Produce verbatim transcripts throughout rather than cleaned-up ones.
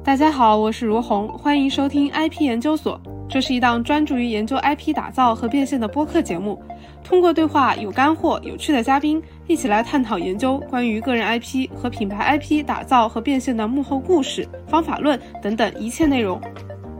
大家好，我是如虹，欢迎收听 I P 研究所。这是一档专注于研究 I P 打造和变现的播客节目，通过对话有干货、有趣的嘉宾，一起来探讨研究关于个人 I P 和品牌 I P 打造和变现的幕后故事、方法论等等一切内容。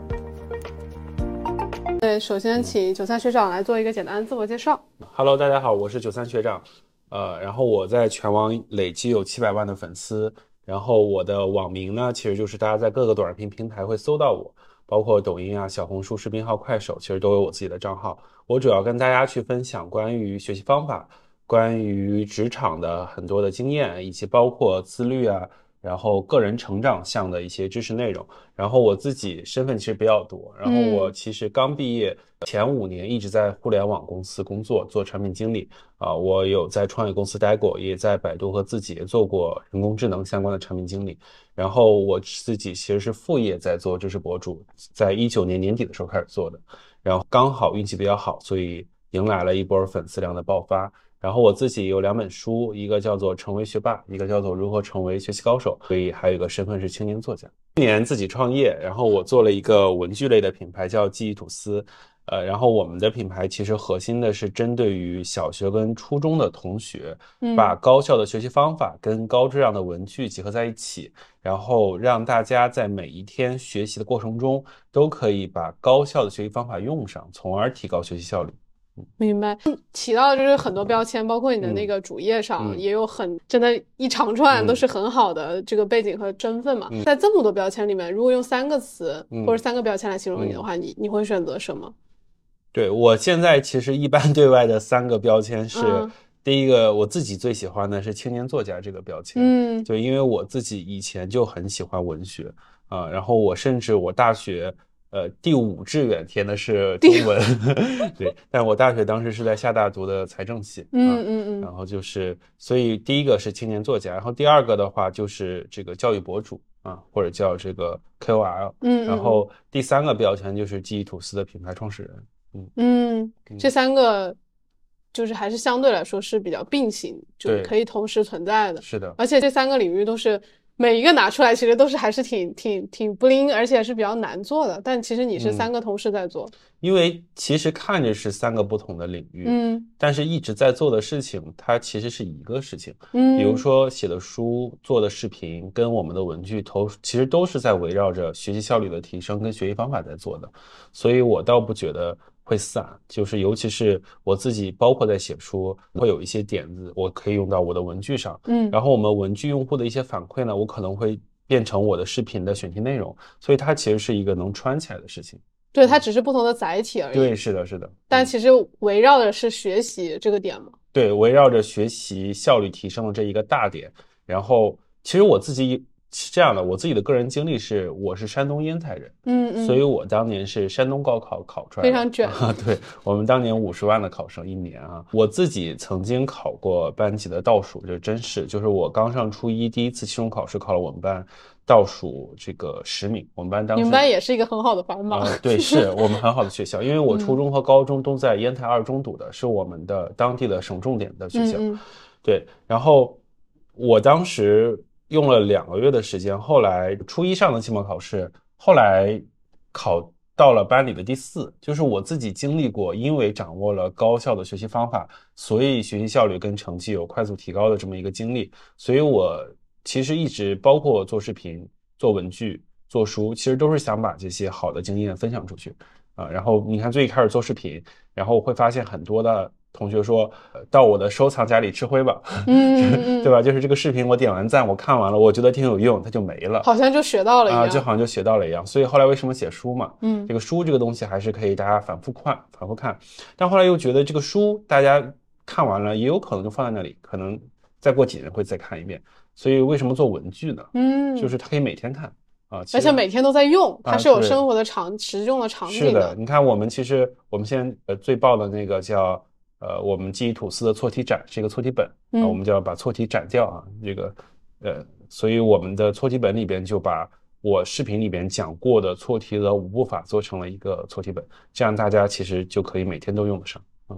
对，首先请九三学长来做一个简单的自我介绍。 Hello， 大家好，我是九三学长。呃，然后我在全网累计有七百万的粉丝，然后我的网名呢，其实就是大家在各个短视频平台会搜到我，包括抖音啊、小红书、视频号、快手，其实都有我自己的账号。我主要跟大家去分享关于学习方法、关于职场的很多的经验，以及包括自律啊，然后个人成长项的一些知识内容。然后我自己身份其实比较多，然后我其实刚毕业前五年一直在互联网公司工作，做产品经理啊、呃，我有在创业公司待过，也在百度和字节做过人工智能相关的产品经理。然后我自己其实是副业在做知识博主，在一九年年底的时候开始做的，然后刚好运气比较好，所以迎来了一波粉丝量的爆发。然后我自己有两本书，一个叫做成为学霸，一个叫做如何成为学习高手，所以还有一个身份是青年作家。去年自己创业，然后我做了一个文具类的品牌叫记忆吐司，呃，然后我们的品牌其实核心的是针对于小学跟初中的同学，把高效的学习方法跟高质量的文具结合在一起，然后让大家在每一天学习的过程中都可以把高效的学习方法用上，从而提高学习效率。 明白，提到就是很多标签，包括你的那个主页上、嗯、也有很真的一长串都是很好的这个背景和身份嘛、嗯、在这么多标签里面，如果用三个词、嗯、或者三个标签来形容你的话、嗯、你你会选择什么？ 对，我现在其实一般对外的三个标签是、嗯、第一个我自己最喜欢的是青年作家这个标签，嗯，就因为我自己以前就很喜欢文学啊、呃，然后我甚至我大学呃，第五志愿填的是中文，对，但我大学当时是在厦大读的财政系，嗯嗯嗯，然后就是，所以第一个是青年作家，然后第二个的话就是这个教育博主啊，或者叫这个 K O L， 嗯，然后第三个标签就是记忆吐司的品牌创始人，嗯嗯，这三个就是还是相对来说是比较并行，就可以同时存在的， 是的， 而且这三个领域都是。每一个拿出来其实都是还是挺挺挺不灵，而且是比较难做的，但其实你是三个同时在做、嗯、 因为其实看着是三个不同的领域，嗯，但是一直在做的事情它其实是一个事情，嗯，比如说写的书、做的视频跟我们的文具头其实都是在围绕着学习效率的提升跟学习方法在做的，所以我倒不觉得会散，就是尤其是我自己包括在写书会有一些点子我可以用到我的文具上，嗯，然后我们文具用户的一些反馈呢，我可能会变成我的视频的选题内容，所以它其实是一个能穿起来的事情。 对，它只是不同的载体而已。 对，是的是的， 但其实围绕的是学习这个点嘛。 对，围绕着学习效率提升的这一个大点，然后其实我自己是这样的，我自己的个人经历是，我是山东烟台人，嗯嗯，所以我当年是山东高考考出来的， 非常卷啊。对，我们当年五十万的考生一年啊，我自己曾经考过班级的倒数，这真是，就是我刚上初一第一次期中考试考了我们班倒数这个十名，我们班当时你们班也是一个很好的班吧？ 呃，对，是我们很好的学校，因为我初中和高中都在烟台二中读的，是我们的当地的省重点的学校，嗯嗯，对，然后我当时用了两个月的时间，后来初一上的期末考试，后来考到了班里的第四，就是我自己经历过，因为掌握了高效的学习方法，所以学习效率跟成绩有快速提高的这么一个经历，所以我其实一直包括做视频、做文具、做书，其实都是想把这些好的经验分享出去啊。然后你看最一开始做视频，然后会发现很多的同学说、呃、到我的收藏夹里吃灰吧，嗯对吧？就是这个视频我点完赞，我看完了，我觉得挺有用，它就没了， 好像就学到了一样、 啊、就好像就学到了一样。所以后来为什么写书嘛，嗯，这个书这个东西还是可以大家反复看反复看，但后来又觉得这个书大家看完了也有可能就放在那里，可能再过几年会再看一遍，所以为什么做文具呢？嗯，就是它可以每天看啊， 而且每天都在用，它是有生活的场、啊、实用的场景的。 是的，你看我们其实我们现在呃最爆的那个叫呃我们记忆吐司的错题展是一个错题本、嗯啊、我们就要把错题展掉啊，这个呃所以我们的错题本里边就把我视频里边讲过的错题的五步法做成了一个错题本，这样大家其实就可以每天都用得上。嗯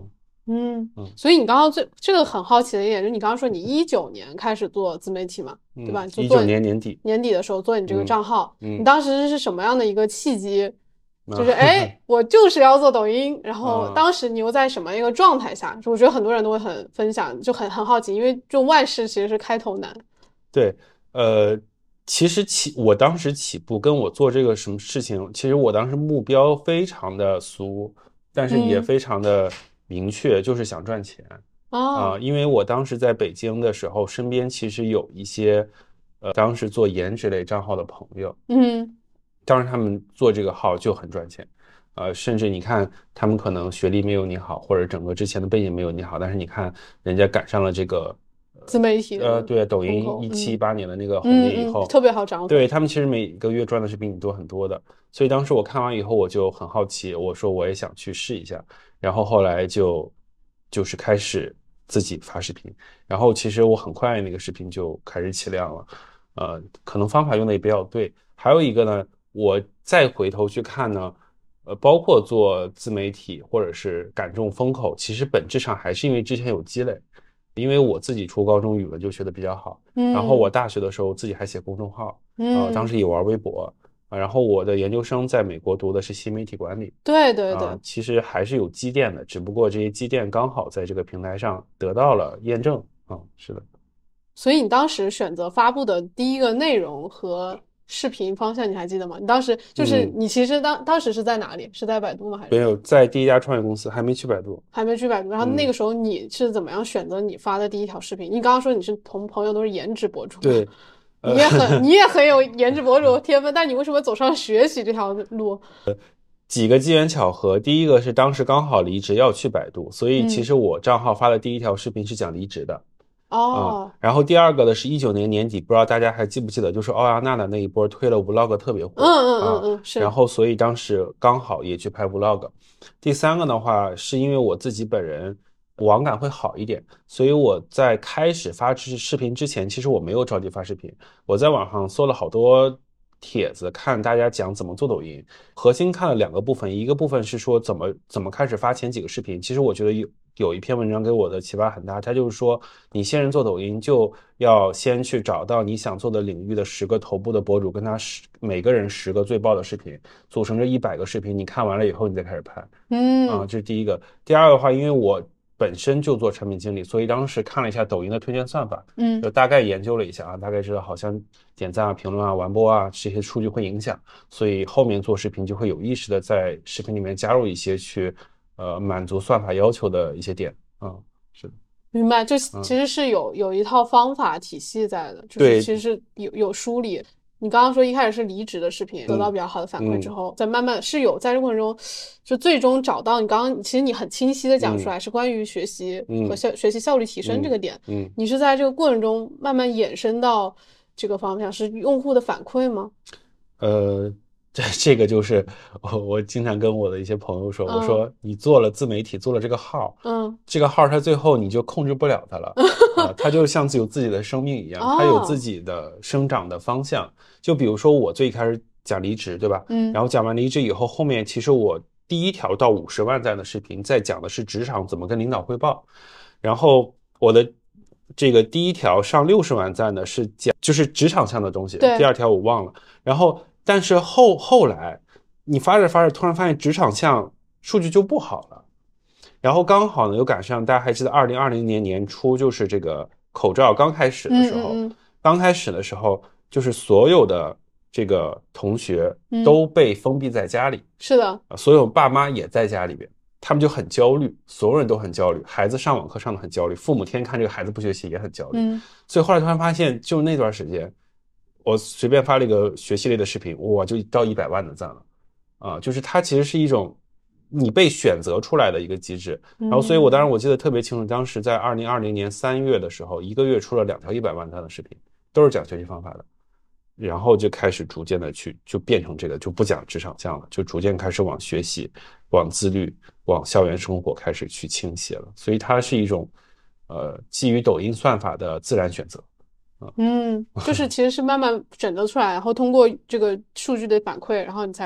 嗯嗯，所以你刚刚最这个很好奇的一点就是，你刚刚说你一九年开始做自媒体嘛， 嗯、 对吧？ 一九年年底年底的时候做你这个账号， 嗯嗯、 你当时是什么样的一个契机？就是哎，我就是要做抖音，然后当时你又在什么一个状态下？我觉得很多人都会很分享，就很很好奇，因为这种万事其实是开头难。 对，呃，其实起我当时起步跟我做这个什么事情，其实我当时目标非常的俗，但是也非常的明确，嗯、就是想赚钱啊、 哦呃。因为我当时在北京的时候，身边其实有一些呃当时做颜值类账号的朋友， 嗯。 当时他们做这个号就很赚钱，呃，甚至你看他们可能学历没有你好，或者整个之前的背景没有你好，但是你看人家赶上了这个自媒体呃，对，抖音一七一八年的那个红利以后， 嗯嗯、特别好掌握。 对他们其实每个月赚的是比你多很多的，所以当时我看完以后我就很好奇，我说我也想去试一下，然后后来就就是开始自己发视频，然后其实我很快那个视频就开始起量了，呃，可能方法用的也比较对，还有一个呢。我再回头去看呢，呃，包括做自媒体或者是赶这种风口，其实本质上还是因为之前有积累。因为我自己初高中语文就学的比较好，嗯，然后我大学的时候自己还写公众号，嗯、呃，当时也玩微博，啊，然后我的研究生在美国读的是新媒体管理， 对对对、 呃，其实还是有积淀的，只不过这些积淀刚好在这个平台上得到了验证，啊、嗯，是的。 所以你当时选择发布的第一个内容和视频方向你还记得吗？你当时就是你其实当、嗯、当时是在哪里？是在百度吗？还是没有在第一家创业公司，还没去百度， 还没去百度。然后那个时候你是怎么样选择你发的第一条视频？你刚刚说你是同朋友都是颜值博主， 对， 呃、你也很你也很有颜值博主天分，但你为什么走上学习这条路？ 几个机缘巧合，第一个是当时刚好离职要去百度，所以其实我账号发的第一条视频是讲离职的。嗯哦、 嗯，然后第二个的是一九年年底，不知道大家还记不记得，就是欧阳娜娜那一波推了 vlog 特别火， 嗯嗯嗯嗯，是。 然后所以当时刚好也去拍 vlog。第三个的话，是因为我自己本人网感会好一点，所以我在开始发视频之前，其实我没有着急发视频，我在网上搜了好多帖子，看大家讲怎么做抖音，核心看了两个部分，一个部分是说怎么怎么开始发前几个视频，其实我觉得有。有一篇文章给我的启发很大，它就是说你现任做抖音就要先去找到你想做的领域的十个头部的博主，跟他十每个人十个最爆的视频，组成这一百个视频，你看完了以后你再开始拍。 嗯啊，这是第一个。第二个的话，因为我本身就做产品经理，所以当时看了一下抖音的推荐算法， 嗯， 就大概研究了一下啊，大概知道好像点赞啊、评论啊、完播啊这些数据会影响，所以后面做视频就会有意识的在视频里面加入一些去。呃，满足算法要求的一些点，啊、嗯，是的， 明白，就其实是有、嗯、有一套方法体系在的，就是其实是有有梳理。你刚刚说一开始是离职的视频，得到比较好的反馈之后，嗯、再慢慢是有在这个过程中，就最终找到你刚刚其实你很清晰的讲出来，是关于学习和效、嗯、学习效率提升这个点。 嗯，嗯你是在这个过程中慢慢衍生到这个方向，是用户的反馈吗？ 呃。这这个就是我我经常跟我的一些朋友说，嗯、我说你做了自媒体，做了这个号， 嗯， 这个号它最后你就控制不了它了，啊，它就像有自己的生命一样，它有自己的生长的方向。哦、就比如说我最开始讲离职，对吧？ 嗯， 然后讲完离职以后，后面其实我第一条到五十万赞的视频，在讲的是职场怎么跟领导汇报，然后我的这个第一条上六十万赞的是讲就是职场上的东西，第二条我忘了，然后。但是后后来你发着发着突然发现职场项数据就不好了，然后刚好呢又赶上大家还记得二零二零年年初就是这个口罩刚开始的时候， 嗯嗯嗯刚开始的时候就是所有的这个同学都被封闭在家里， 嗯、是的， 所有爸妈也在家里边，他们就很焦虑，所有人都很焦虑，孩子上网课上的很焦虑，父母天天看这个孩子不学习也很焦虑， 嗯， 所以后来突然发现就那段时间。我随便发了一个学习类的视频，哇，就到一百万的赞了，啊，就是它其实是一种你被选择出来的一个机制。然后，所以我当然我记得特别清楚，当时在二零二零年三月的时候，一个月出了两条一百万赞的视频，都是讲学习方法的，然后就开始逐渐的去就变成这个，就不讲职场项了，就逐渐开始往学习、往自律、往校园生活开始去倾斜了。所以它是一种呃基于抖音算法的自然选择。 嗯，就是其实是慢慢选择出来，然后通过这个数据的反馈，然后你才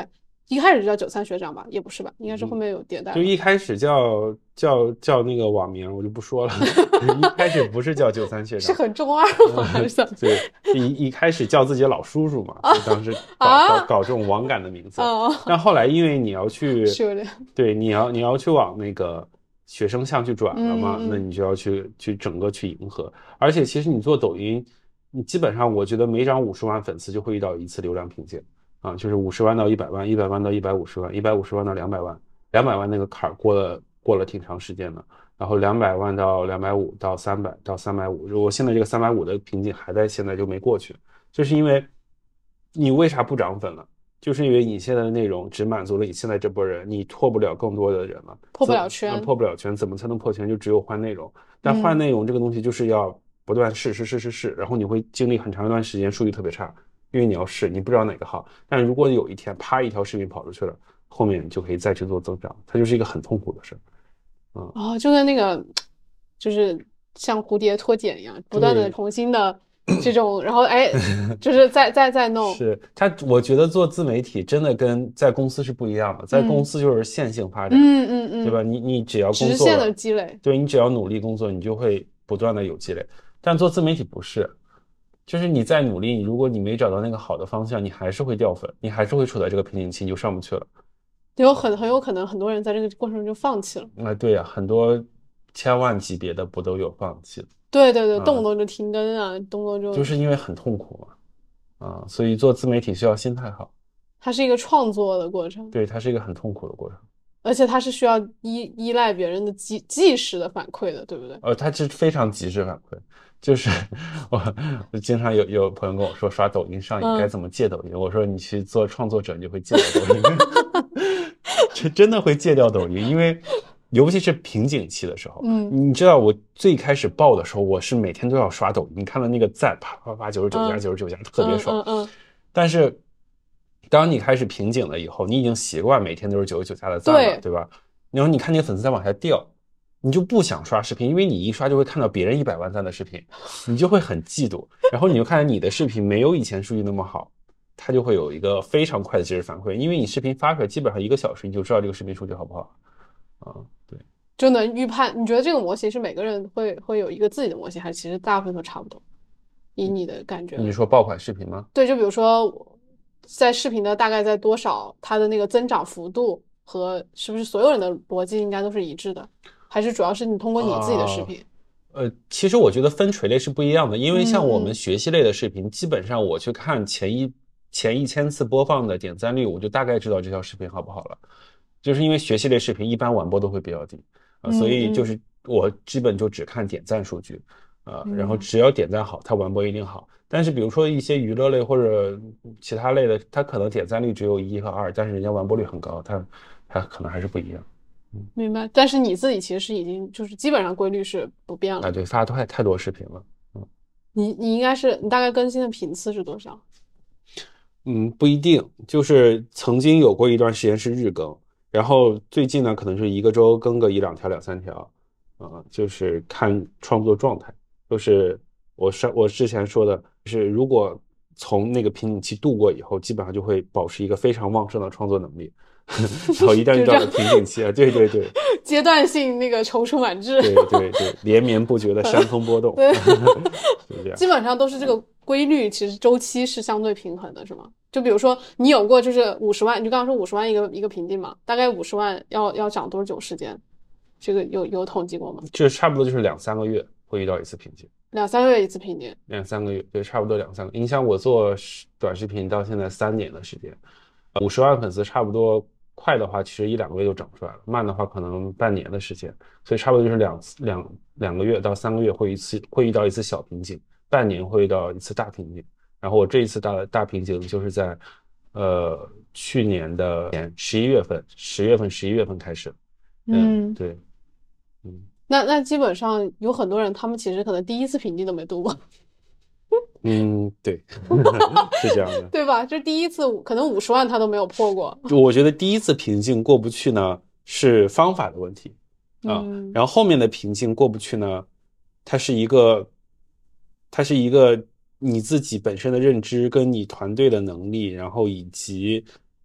一开始叫九三学长吧，也不是吧，应该是后面有迭代、 嗯、就一开始叫叫叫那个网名我就不说了一开始不是叫九三学长， 是很中二吗、嗯、还是对，一一开始叫自己的老叔叔嘛，就当时搞、啊、搞搞这种网感的名字、啊、但后来因为你要去对你要你要去往那个学生向去转了嘛、嗯、那你就要去去整个去迎合，而且其实你做抖音你基本上我觉得每涨五十万粉丝就会遇到一次流量瓶颈啊，就是五十万到一百万，一百万到一百五十万，一百五十万到两百万，两百万那个坎儿过了过了挺长时间的，然后两百万到两百五到三百到三百五，我现在这个三百五的瓶颈还在现在就没过去，就是因为你为啥不涨粉了？就是因为你现在的内容只满足了你现在这波人，你拓不了更多的人了， 破不了圈， 破不了圈，怎么才能破圈？就只有换内容，但换内容这个东西就是要不断试试试试试，然后你会经历很长一段时间数据特别差。因为你要试，你不知道哪个好，但如果有一天啪一条视频跑出去了，后面你就可以再去做增长，它就是一个很痛苦的事。 嗯，哦，就跟那个就是像蝴蝶脱茧一样，不断的重新的这种，然后哎，就是再再再弄。 是它，我觉得做自媒体真的跟在公司是不一样的，在公司就是线性发展， 嗯嗯嗯， 对吧？你你只要工作直线的积累， 对你只要努力工作，你就会不断的有积累，但做自媒体不是。就是你再努力，如果你没找到那个好的方向，你还是会掉粉，你还是会处在这个瓶颈期，你就上不去了。 有很很有可能很多人在这个过程中就放弃了。 啊，对呀、啊，很多千万级别的不都有放弃的？ 对对对，动不动就停更啊，动不动就就是因为很痛苦嘛，啊，所以做自媒体需要心态好。 它是一个创作的过程， 对，它是一个很痛苦的过程。 而且它是需要依依赖别人的即即时的反馈的，对不对？ 呃，它是非常及时反馈。就是我我经常有有朋友跟我说刷抖音上瘾、嗯、该怎么戒抖音，我说你去做创作者你就会戒掉抖音这真的会戒掉抖音，因为尤其是瓶颈期的时候，嗯，你知道我最开始爆的时候我是每天都要刷抖音，你看到那个赞啪啪啪九十九加九十九加特别爽， 嗯嗯嗯， 但是当你开始瓶颈了以后，你已经习惯每天都是九十九加的赞了， 对, 对吧？然后你看那个粉丝在往下掉，你就不想刷视频，因为你一刷就会看到别人一百万赞的视频，你就会很嫉妒，然后你就看见你的视频没有以前数据那么好，它就会有一个非常快的即时反馈，因为你视频发出来基本上一个小时你就知道这个视频数据好不好啊？对， 就能预判。你觉得这个模型是每个人会会有一个自己的模型，还是其实大部分都差不多？以你的感觉， 你说爆款视频吗？ 对，就比如说在视频的大概在多少，它的那个增长幅度和是不是所有人的逻辑应该都是一致的？还是主要是你通过你自己的视频、 呃？呃，其实我觉得分垂类是不一样的，因为像我们学习类的视频，嗯、基本上我去看前一前一千次播放的点赞率，我就大概知道这条视频好不好了。就是因为学习类视频一般完播都会比较低啊、呃，所以就是我基本就只看点赞数据啊、呃，然后只要点赞好，它完播一定好。但是比如说一些娱乐类或者其他类的，它可能点赞率只有一和二，但是人家完播率很高，它它可能还是不一样。 明白，但是你自己其实已经就是基本上规律是不变了。 啊，对，发太太多视频了。嗯， 你你应该是你大概更新的频次是多少？ 嗯，不一定，就是曾经有过一段时间是日更，然后最近呢可能是一个周更个一两条、两三条，啊、呃，就是看创作状态。就是我上我之前说的，就是如果从那个瓶颈期度过以后，基本上就会保持一个非常旺盛的创作能力。然后一旦遇到了瓶颈期啊，对对对， 阶段性那个踌躇满志， 对对对，连绵不绝的山峰波动， 对，这样基本上都是这个规律，其实周期是相对平衡的，是吗？就比如说你有过就是五十万，你就刚刚说五十万一个一个瓶颈嘛，大概五十万要要涨多久时间？这个有有统计过吗？ 这差不多就是两三个月会遇到一次瓶颈， 两三个月一次瓶颈， 两三个月，对，差不多两三个。你像我做短视频到现在三年的时间，五十万粉丝差不多。快的话其实一两个月就涨出来了，慢的话可能半年的时间，所以差不多就是两两两个月到三个月会一次会遇到一次小瓶颈，半年会遇到一次大瓶颈。然后我这一次大大瓶颈就是在呃去年的十一月份，十月份十一月份开始。嗯，嗯对， 嗯，那那基本上有很多人，他们其实可能第一次瓶颈都没度过。 嗯，对，是这样的， 对吧？这第一次可能五十万他都没有破过。 我觉得第一次瓶颈过不去呢，是方法的问题啊、嗯，然后后面的瓶颈过不去呢，它是一个，它是一个你自己本身的认知跟你团队的能力，然后以及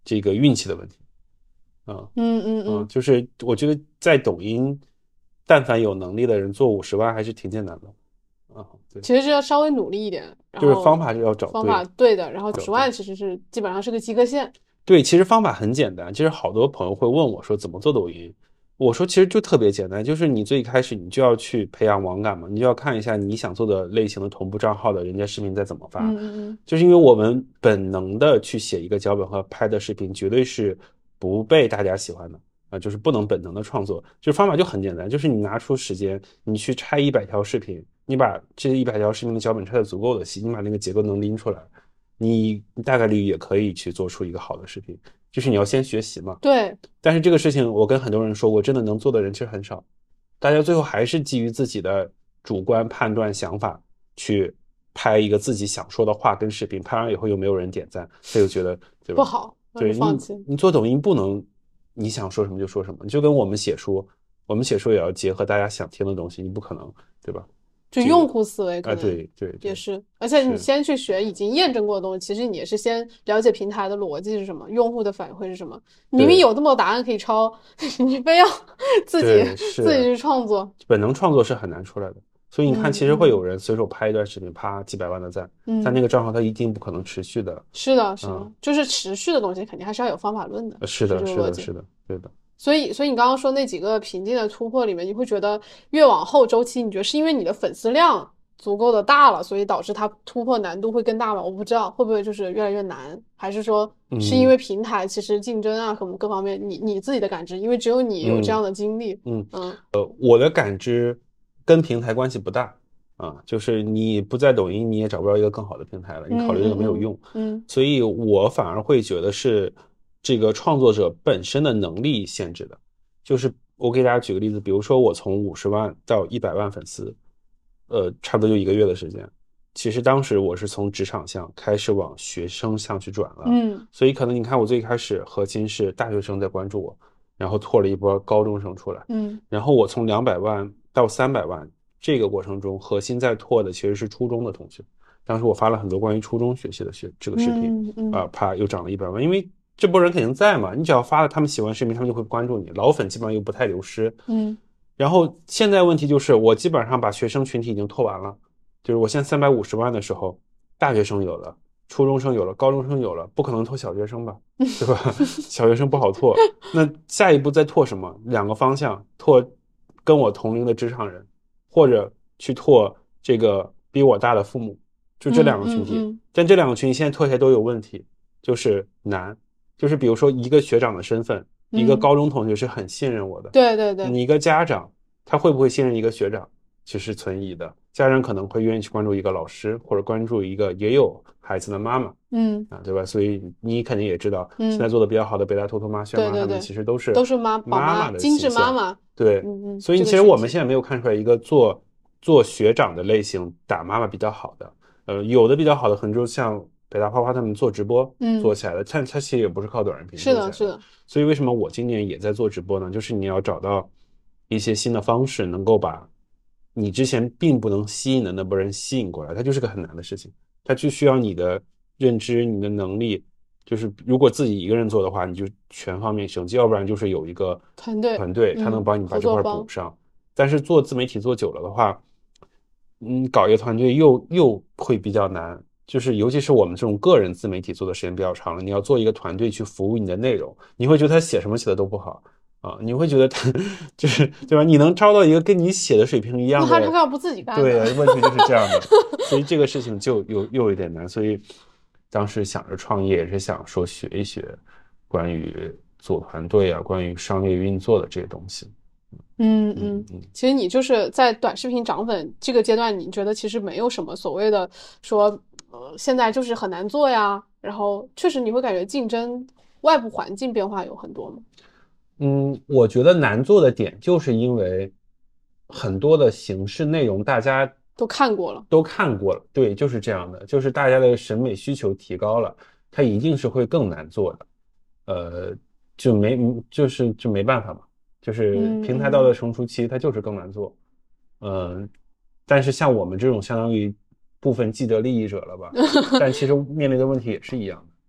这个运气的问题。啊， 嗯嗯嗯， 就是我觉得在抖音，但凡有能力的人做五十万还是挺简单的。啊，对， 其实是要稍微努力一点，然后就是方法是要找对方法对的，然后十万其实是基本上是个及格线。 对，其实方法很简单。其实好多朋友会问我说怎么做抖音，我说其实就特别简单，就是你最开始你就要去培养网感嘛，你就要看一下你想做的类型的同步账号的人家视频在怎么发。 嗯嗯嗯， 就是因为我们本能的去写一个脚本和拍的视频，绝对是不被大家喜欢的啊，就是不能本能的创作。就是方法就很简单，就是你拿出时间，你去拆一百条视频，你把这一百条视频的脚本拆的足够的细，你把那个结构能拎出来，你大概率也可以去做出一个好的视频。就是你要先学习嘛。 对。 但是这个事情我跟很多人说过，真的能做的人其实很少，大家最后还是基于自己的主观判断想法去拍一个自己想说的话跟视频，拍完以后又没有人点赞，他就觉得对吧不好， 对， 放弃。 你你做抖音不能你想说什么就说什么，就跟我们写书，我们写书也要结合大家想听的东西，你不可能对吧？ 就用户思维可能、 啊、对对也是，而且你先去学已经验证过的东西，其实你也是先了解平台的逻辑是什么，用户的反馈是什么。明明有这么多答案可以抄，你非要自己自己去创作， 本能创作是很难出来的。所以你看，其实会有人随手拍一段视频，啪几百万的赞， 嗯， 但那个账号它一定不可能持续的。 是的，是的，嗯、就是持续的东西肯定还是要有方法论的。 是的，是的，是的，对的。 所以，所以你刚刚说那几个瓶颈的突破里面，你会觉得越往后周期，你觉得是因为你的粉丝量足够的大了，所以导致它突破难度会更大吗？我不知道会不会就是越来越难，还是说是因为平台其实竞争啊，可能各方面，你你自己的感知，因为只有你有这样的经历。 嗯嗯呃，我的感知跟平台关系不大啊，就是你不在抖音，你也找不着一个更好的平台了，你考虑这个没有用。 嗯，嗯所以我反而会觉得是这个创作者本身的能力限制的。就是我给大家举个例子，比如说我从五十万到一百万粉丝。呃，差不多就一个月的时间。其实当时我是从职场向开始往学生向去转了， 嗯， 所以可能你看我最开始核心是大学生在关注我，然后拓了一波高中生出来， 嗯， 然后我从两百万到三百万这个过程中，核心在拓的其实是初中的同学。当时我发了很多关于初中学习的学这个视频，啊、 嗯嗯呃， 啪又涨了一百万，因为这波人肯定在嘛，你只要发了，他们喜欢视频，他们就会关注你，老粉基本上又不太流失， 嗯。 然后现在问题就是我基本上把学生群体已经拓完了，就是我现在三百五十万的时候，大学生有了，初中生有了，高中生有了，不可能拓小学生吧，对吧？小学生不好拓，那下一步再拓什么？两个方向，拓跟我同龄的职场人，或者去拓这个比我大的父母，就这两个群体。 嗯嗯嗯、 但这两个群体现在拓起来都有问题，就是难，就是比如说一个学长的身份。一个高中同学是很信任我的， 对对对， 你一个家长他会不会信任一个学长其实存疑的，家长可能会愿意去关注一个老师或者关注一个也有孩子的妈妈， 嗯啊，对吧？所以你肯定也知道，现在做的比较好的北大偷偷妈、轩妈他们其实都是都是妈妈妈的精致妈妈， 对， 嗯嗯， 所以其实我们现在没有看出来一个做做学长的类型打妈妈比较好的，呃，有的比较好的可能就像北大花花他们做直播做起来的，但他其实也不是靠短视频做起来的， 是的，是的。 所以为什么我今年也在做直播呢？就是你要找到一些新的方式，能够把你之前并不能吸引的那波人吸引过来，它就是个很难的事情，它就需要你的认知、你的能力。就是如果自己一个人做的话，你就全方面升级；要不然就是有一个团队， 团队他能帮你把这块补上。嗯、但是做自媒体做久了的话，嗯，搞一个团队又又会比较难。就是尤其是我们这种个人自媒体做的时间比较长了，你要做一个团队去服务你的内容，你会觉得他写什么写的都不好啊，你会觉得他就是对吧？你能招到一个跟你写的水平一样的， 他他要不自己干的， 对，问题就是这样的，所以这个事情就又又有点难。所以当时想着创业，也是想说学一学关于做团队啊，关于商业运作的这些东西。 嗯嗯，其实你就是在短视频涨粉这个阶段，你觉得其实没有什么所谓的说。呃，现在就是很难做呀，然后确实你会感觉竞争外部环境变化有很多吗？ 嗯，我觉得难做的点就是因为很多的形式内容大家都看过了， 都看过了，对，就是这样的，就是大家的审美需求提高了，它一定是会更难做的，呃，就没就是就没办法嘛，就是平台到了成熟期，它就是更难做，嗯、呃，但是像我们这种相当于部分既得利益者了吧，但其实面临的问题也是一样的。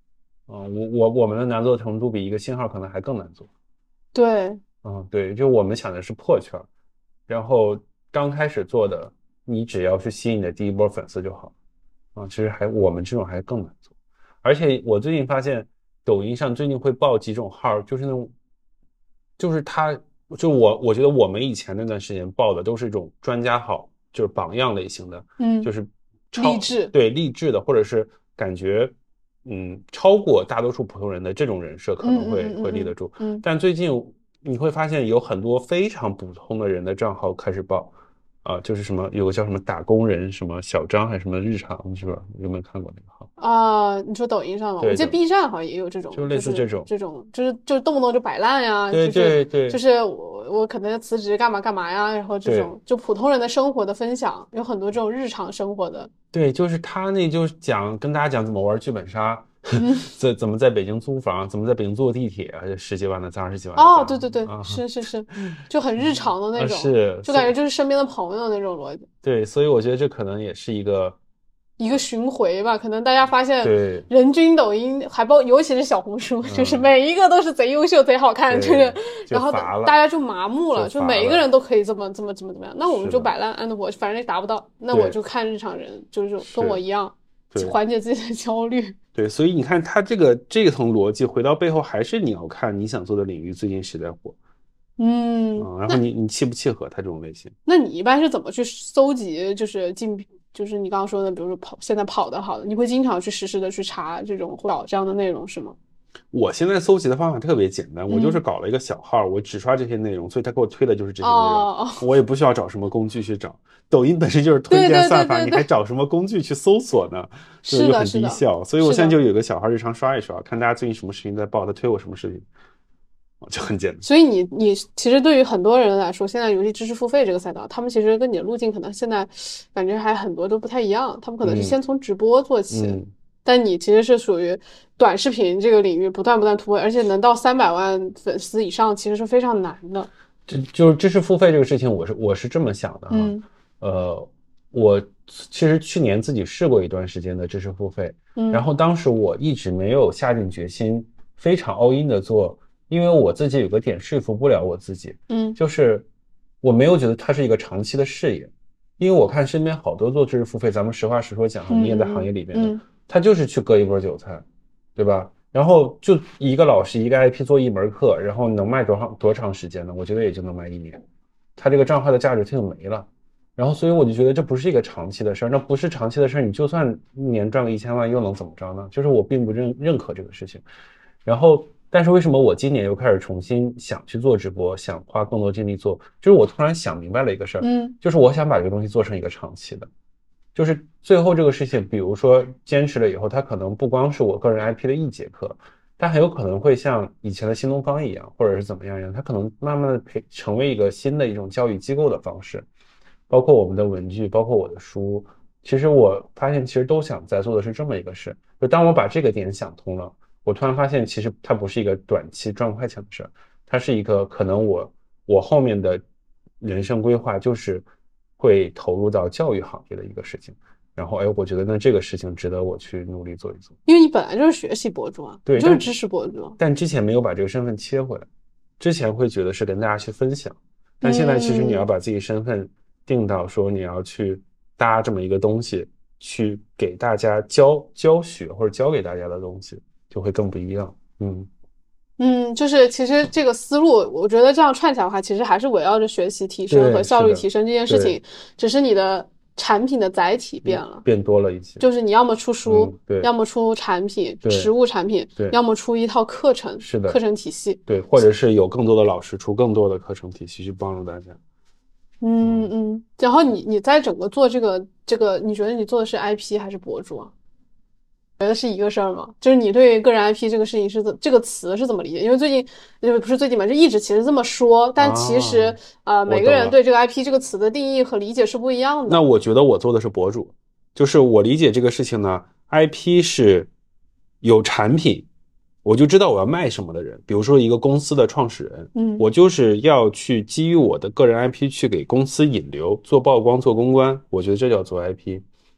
嗯，我我我们的难做程度比一个新号可能还更难做。 对， 嗯，对，就我们想的是破圈，然后刚开始做的，你只要去吸引你的第一波粉丝就好。啊，其实还我们这种还更难做。而且我最近发现，抖音上最近会爆几种号，就是那种，就是他，就我我觉得我们以前那段时间爆的都是一种专家号，就是榜样类型的， 嗯， 就是励志， 对励志的，或者是感觉嗯超过大多数普通人的这种人设可能会、 嗯嗯嗯嗯、 会立得住。 嗯， 但最近你会发现有很多非常普通的人的账号开始爆。啊，就是什么有个叫什么打工人什么小张还是什么日常是吧？有没有看过那个号啊？你说抖音上吗？我记得 B 站好像也有这种， 就类似这种， 这种就是就是动不动就摆烂呀， 对对对， 就是我我可能辞职干嘛干嘛呀，然后这种就普通人的生活的分享，有很多这种日常生活的。 对，就是他那就讲跟大家讲怎么玩剧本杀，怎怎么在北京租房，怎么在北京坐地铁，十几万的脏，二十几万的哦，对对对， 啊、 是是是，就很日常的那种， 啊、是， 就感觉就是身边的朋友那种逻辑。 对，所以我觉得这可能也是一个一个巡回吧，可能大家发现， 对， 人均抖音还包，尤其是小红书，嗯、就是每一个都是贼优秀、贼好看，就是，然后大家就麻木了， 就就每一个人都可以这么这么这么怎么样，那我们就摆烂安的活，反正也达不到，那我就看日常人，就是跟我一样，缓解自己的焦虑。 对，所以你看他这个这层逻辑回到背后，还是你要看你想做的领域最近谁在火。 嗯， 嗯，然后你你契不契合他这种类型？ 那你一般是怎么去搜集？就是竞，就是你刚刚说的，比如说跑现在跑的好的，你会经常去实时的去查这种找这样的内容是吗？ 我现在搜集的方法特别简单，我就是搞了一个小号，嗯、我只刷这些内容，所以他给我推的就是这些内容， 哦、 我也不需要找什么工具去找。抖音本身就是推荐算法，你还找什么工具去搜索呢？ 是就很低效。所以我现在就有个小号，日常刷一刷，看大家最近什么视频在爆，他推我什么视频。就很简单， 所以你你其实对于很多人来说，现在尤其知识付费这个赛道，他们其实跟你的路径可能现在感觉还很多都不太一样。他们可能是先从直播做起，嗯、但你其实是属于短视频这个领域不断不断突破，而且能到三百万粉丝以上，其实是非常难的。 就就是知识付费这个事情，我是我是这么想的哈。嗯、呃，我其实去年自己试过一段时间的知识付费，嗯、然后当时我一直没有下定决心，非常 all in 的做。因为我自己有个点说服不了我自己，嗯，就是我没有觉得它是一个长期的事业，因为我看身边好多做知识付费，咱们实话实说讲，你也在行业里边的，嗯嗯、他就是去割一波韭菜，对吧？然后就一个老师一个 I P 做一门课，然后能卖多长多长时间呢？我觉得也就能卖一年，他这个账号的价值它就没了。然后所以我就觉得这不是一个长期的事儿，那不是长期的事儿，你就算一年赚个一千万又能怎么着呢？就是我并不认认可这个事情，然后。但是为什么我今年又开始重新想去做直播，想花更多精力做？就是我突然想明白了一个事儿，嗯，就是我想把这个东西做成一个长期的，就是最后这个事情，比如说坚持了以后，它可能不光是我个人 I P 的一节课，它很有可能会像以前的新东方一样，或者是怎么样一样，它可能慢慢的培成为一个新的一种教育机构的方式，包括我们的文具，包括我的书，其实我发现其实都想在做的是这么一个事，就当我把这个点想通了。我突然发现，其实它不是一个短期赚快钱的事，它是一个可能我我后面的人生规划就是会投入到教育行业的一个事情。然后，哎，我觉得那这个事情值得我去努力做一做。 因为你本来就是学习博主啊， 对， 就是知识博主。 但之前没有把这个身份切回来，之前会觉得是跟大家去分享，但现在其实你要把自己身份定到说你要去搭这么一个东西，去给大家教教学或者教给大家的东西。就会更不一样，嗯嗯，就是其实这个思路，我觉得这样串起来的话，其实还是围绕着学习提升和效率提升这件事情，只是你的产品的载体变了， 嗯、变多了一些。 就是你要么出书， 嗯、对， 要么出产品，实物产品， 对， 要么出一套课程， 是的， 课程体系， 对，或者是有更多的老师出更多的课程体系去帮助大家。 嗯嗯，然后你你在整个做这个这个，你觉得你做的是 I P 还是博主啊？觉得是一个事儿吗？就是你对个人 I P 这个事情是怎这个词是怎么理解？因为最近就不是最近嘛，就一直其实这么说，但其实啊、呃，每个人对这个 I P 这个词的定义和理解是不一样的。 那我觉得我做的是博主，就是我理解这个事情呢 ，I P 是有产品，我就知道我要卖什么的人，比如说一个公司的创始人，嗯，我就是要去基于我的个人 I P 去给公司引流、做曝光、做公关，我觉得这叫做 I P。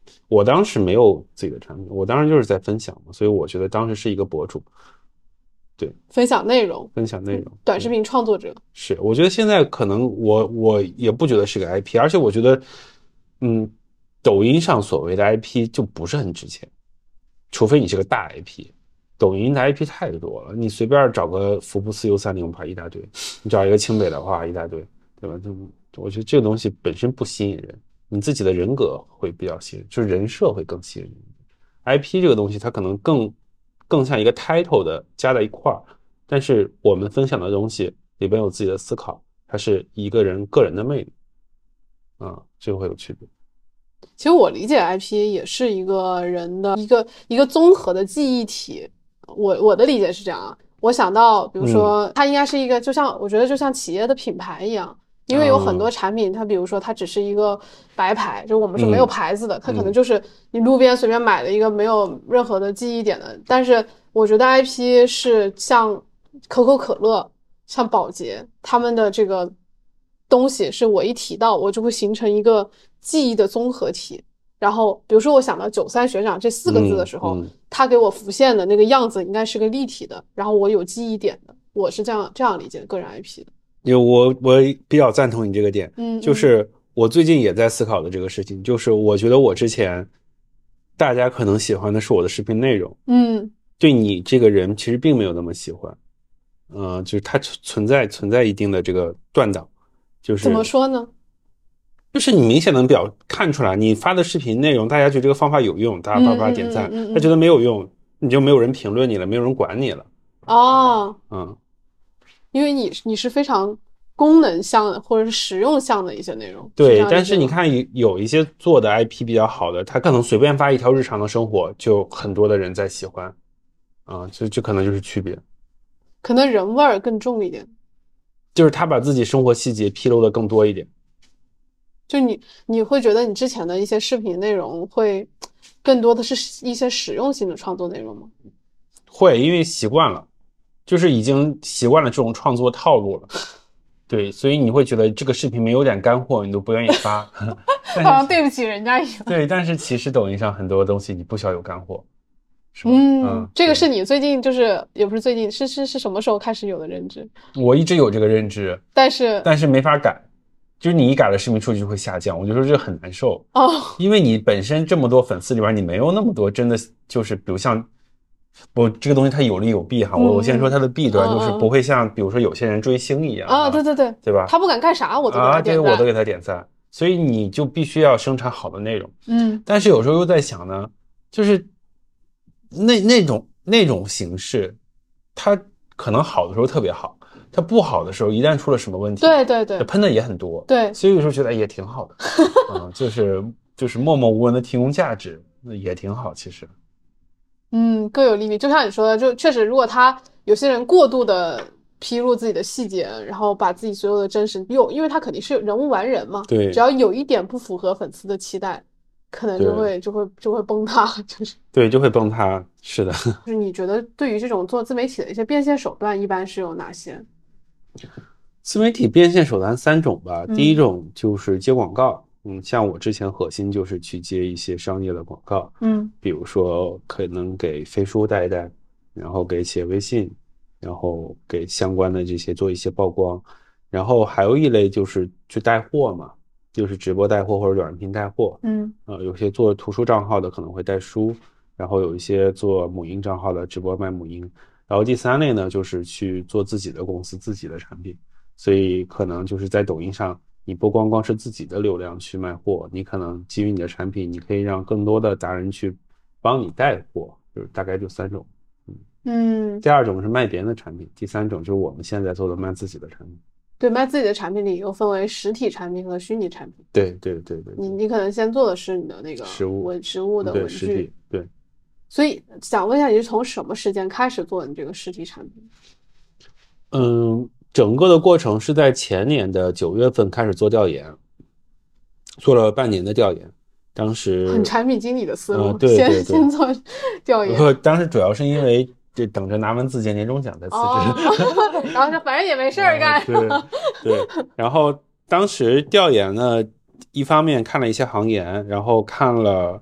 我当时没有自己的产品，我当时就是在分享嘛，所以我觉得当时是一个博主，对， 分享内容， 分享内容， 短视频创作者。 是，我觉得现在可能我我也不觉得是个 I P， 而且我觉得，嗯，抖音上所谓的 I P 就不是很值钱，除非你是个大 I P。抖音的 I P 太多了，你随便找个福布斯 U 三零牌一大堆，你找一个清北的话一大堆，对吧？就我觉得这个东西本身不吸引人，你自己的人格会比较吸引人，就是人设会更吸引人。I P 这个东西它可能更更像一个 title 的加在一块儿，但是我们分享的东西里边有自己的思考，它是一个人个人的魅力，啊、嗯，这个会有区别。 其实我理解 I P 也是一个人的一个一个综合的记忆体。我我的理解是这样啊，我想到比如说、嗯、它应该是一个就像我觉得就像企业的品牌一样，因为有很多产品它比如说它只是一个白牌，就我们是没有牌子的、嗯、它可能就是你路边随便买的一个没有任何的记忆点的，但是我觉得 I P 是像可口可乐像宝洁他们的这个东西是我一提到我就会形成一个记忆的综合体，然后比如说我想到九三学长这四个字的时候、嗯嗯、他给我浮现的那个样子应该是个立体的，然后我有记忆点的，我是这样这样理解个人 I P 的。 因为我我比较赞同你这个点， 嗯， 就是我最近也在思考的这个事情，就是我觉得我之前大家可能喜欢的是我的视频内容， 嗯， 对你这个人其实并没有那么喜欢，呃，就是它存在存在一定的这个断档，就是怎么说呢？ 就是你明显能表看出来，你发的视频内容，大家觉得这个方法有用，大家叭叭点赞， 嗯嗯嗯嗯嗯， 他觉得没有用，你就没有人评论你了，没有人管你了。 哦， 嗯， 因为你你是非常功能向的或者是实用向的一些内容。 对，是但是你看有一些做的 I P 比较好的，他可能随便发一条日常的生活，就很多的人在喜欢，啊、嗯，就这可能就是区别。 可能人味儿更重一点， 就是他把自己生活细节披露的更多一点。 就你你会觉得你之前的一些视频内容会更多的是一些实用性的创作内容吗？ 会，因为习惯了，就是已经习惯了这种创作套路了。对，所以你会觉得这个视频没有点干货，你都不愿意发。 好像对不起人家一样。 对，但是其实抖音上很多东西你不需要有干货，是吧？ 嗯， 嗯， 这个是你最近就是也不是最近，是是是什么时候开始有的认知？ 我一直有这个认知， 但是但是没法改。就是你一改了视频数据就会下降，我就说这很难受哦， 因为你本身这么多粉丝里边，你没有那么多真的就是比如像我这个东西它有利有弊哈，我、嗯、我先说它的弊端，就是不会像比如说有些人追星一样啊，对对对， 对吧？ 他不敢干啥我都给他点赞， 啊，这个我都给他点赞，所以你就必须要生产好的内容， 嗯， 但是有时候又在想呢，就是那那种那种形式，它可能好的时候特别好。它不好的时候，一旦出了什么问题， 对对对， 喷的也很多， 对， 所以有时候觉得也挺好的，嗯，就是就是默默无闻的提供价值，也挺好，其实， 嗯，各有利弊。就像你说的，就确实，如果他有些人过度的披露自己的细节，然后把自己所有的真实，又因为他肯定是人无完人嘛， 对， 只要有一点不符合粉丝的期待，可能就会就会就会崩塌，就是对，就会崩塌，是的。 就是你觉得对于这种做自媒体的一些变现手段，一般是有哪些？ 自媒体变现手段三种吧、嗯、第一种就是接广告，嗯，像我之前核心就是去接一些商业的广告， 嗯， 比如说可能给飞书带一带，然后给企业微信，然后给相关的这些做一些曝光，然后还有一类就是去带货嘛，就是直播带货或者短视频带货， 嗯， 呃，有些做图书账号的可能会带书，然后有一些做母婴账号的直播卖母婴。然后第三类呢，就是去做自己的公司自己的产品，所以可能就是在抖音上，你不光光是自己的流量去卖货，你可能基于你的产品，你可以让更多的达人去帮你带货，就是大概就三种。嗯嗯， 第二种是卖别人的产品，第三种就是我们现在做的卖自己的产品。 对，卖自己的产品里又分为实体产品和虚拟产品。 对对对 对, 对， 你你可能先做的是你的那个实物文实物的文具， 对实体对。 所以想问一下，你是从什么时间开始做你这个实体产品？ 嗯，整个的过程是在前年的九月份开始做调研，做了半年的调研。当时很产品经理的思路， 呃、对对对先先做调研。 当时主要是因为这等着拿文字节年终奖再辞职， 哦、然后就反正也没事儿干。 嗯、对对，然后当时调研呢，一方面看了一些行研，然后看了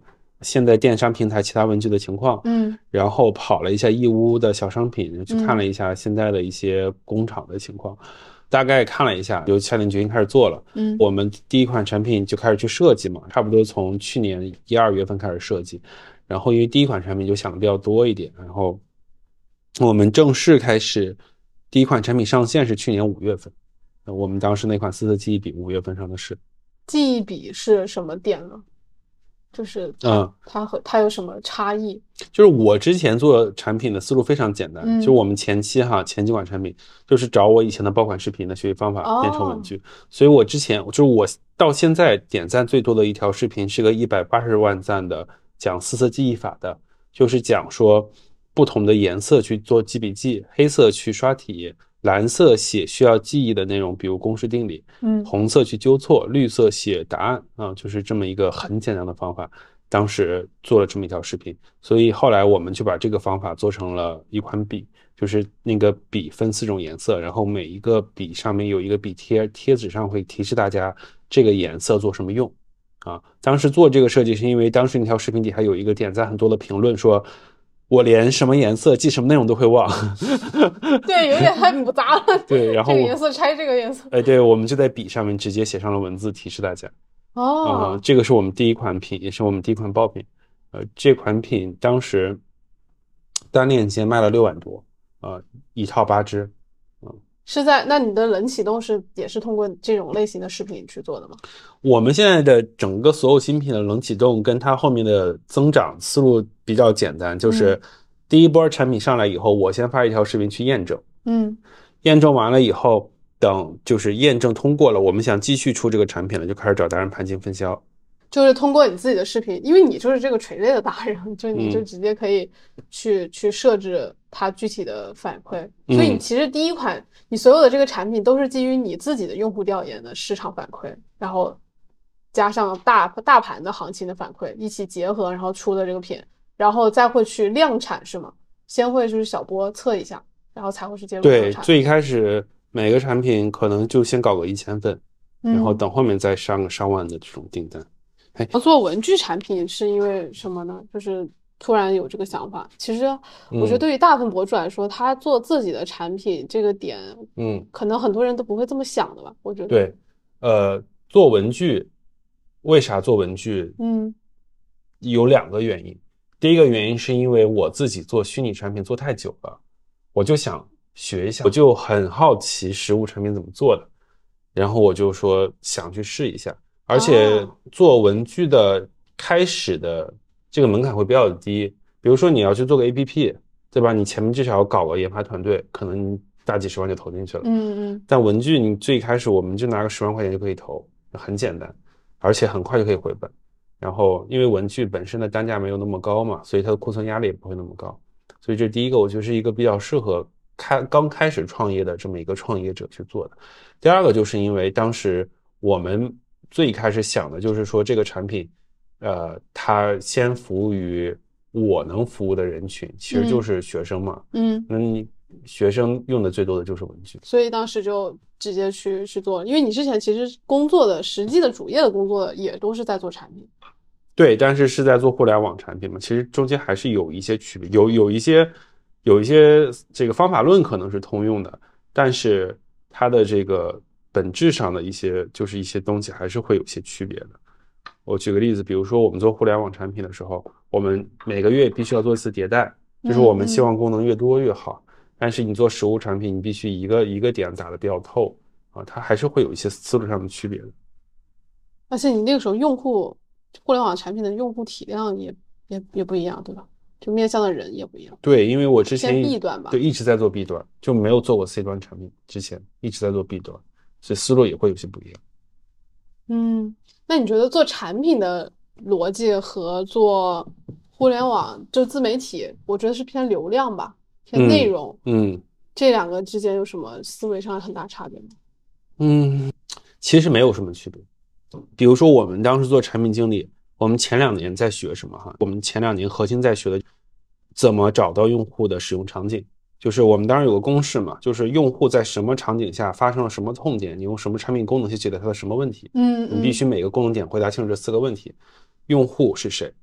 现在电商平台其他文具的情况， 嗯， 然后跑了一下义乌的小商品，去看了一下现在的一些工厂的情况，嗯、大概看了一下，就下定决心开始做了。 嗯， 我们第一款产品就开始去设计嘛，差不多从去年一二月份开始设计，然后因为第一款产品就想的比较多一点，然后我们正式开始第一款产品上线是去年五月份，我们当时那款四色记忆笔五月份上的市。 记忆笔是什么点呢？就是它、嗯、它和它有什么差异？ 就是我之前做产品的思路非常简单，嗯、就我们前期哈前几款产品就是找我以前的爆款视频的学习方法变成文具，哦、所以我之前就是我到现在点赞最多的一条视频是个一百八十万赞的讲四色记忆法的，就是讲说不同的颜色去做记笔记，黑色去刷题，蓝色写需要记忆的内容，比如公式定理，嗯，红色去纠错，绿色写答案啊，就是这么一个很简单的方法。当时做了这么一条视频，所以后来我们就把这个方法做成了一款笔，就是那个笔分四种颜色，然后每一个笔上面有一个笔贴，贴纸上会提示大家这个颜色做什么用啊。当时做这个设计是因为当时那条视频底下有一个点赞很多的评论说，我连什么颜色记什么内容都会忘。 对，有点太复杂了。 对，然后这个颜色拆这个颜色。 哎，对，我们就在笔上面直接写上了文字提示大家。 哦、 呃，这个是我们第一款品，也是我们第一款爆品。呃，这款品当时单链接卖了六万多，呃，一套八支。嗯， 是在那你的冷启动是也是通过这种类型的视频去做的吗？ 我们现在的整个所有新品的冷启动跟它后面的增长思路比较简单，就是第一波产品上来以后，我先发一条视频去验证，嗯，验证完了以后。等就是验证通过了，我们想继续出这个产品了，就开始找达人盘进分销。 就是通过你自己的视频，因为你就是这个垂类的达人，就你就直接可以去、嗯、去设置它具体的反馈。所以你其实第一款、嗯、你所有的这个产品都是基于你自己的用户调研的市场反馈，然后加上大大盘的行情的反馈一起结合，然后出的这个品，然后再会去量产是吗？先会就是小波测一下，然后才会去接入量产。 对，最一开始。每个产品可能就先搞个一千份，嗯、然后等后面再上个上万的这种订单。 哎，做文具产品是因为什么呢？就是突然有这个想法。其实我觉得对于大部分博主来说，嗯、他做自己的产品这个点，嗯，可能很多人都不会这么想的吧？我觉得。 对，呃，做文具，为啥做文具？嗯，有两个原因。第一个原因是因为我自己做虚拟产品做太久了，我就想。学一下，我就很好奇实物产品怎么做的，然后我就说想去试一下，而且做文具的开始的这个门槛会比较低，比如说你要去做个 A P P， 对吧？你前面至少要搞个研发团队，可能大几十万就投进去了。嗯嗯。但文具你最开始我们就拿个十万块钱就可以投，很简单，而且很快就可以回本。然后因为文具本身的单价没有那么高嘛，所以它的库存压力也不会那么高，所以这第一个我觉得是一个比较适合。开刚开始创业的这么一个创业者去做的。第二个就是因为当时我们最开始想的就是说这个产品，呃，它先服务于我能服务的人群，其实就是学生嘛。嗯，那你学生用的最多的就是文具， 所以当时就直接去去做，因为你之前其实工作的实际的主业的工作也都是在做产品。 对，但是是在做互联网产品嘛，其实中间还是有一些区别，有有一些。有一些这个方法论可能是通用的，但是它的这个本质上的一些就是一些东西还是会有些区别的。我举个例子，比如说我们做互联网产品的时候，我们每个月必须要做一次迭代，就是我们希望功能越多越好。嗯嗯，但是你做实物产品，你必须一个一个点打得比较透啊，它还是会有一些思路上的区别的。 而且你那个时候用户互联网产品的用户体量也也也不一样，对吧？就面向的人也不一样。 对，因为我之前 B 端吧， 对，一直在做 B 端，就没有做过 C 端产品，之前一直在做 B 端，所以思路也会有些不一样。 嗯，那你觉得做产品的逻辑和做互联网就自媒体，我觉得是偏流量吧，偏内容，嗯，嗯这两个之间有什么思维上很大差别吗？ 嗯，其实没有什么区别。比如说我们当时做产品经理，我们前两年在学什么哈？我们前两年核心在学的怎么找到用户的使用场景，就是我们当然有个公式嘛，就是用户在什么场景下发生了什么痛点，你用什么产品功能去解决它的什么问题。嗯，你必须每个功能点回答清楚这四个问题。用户是谁？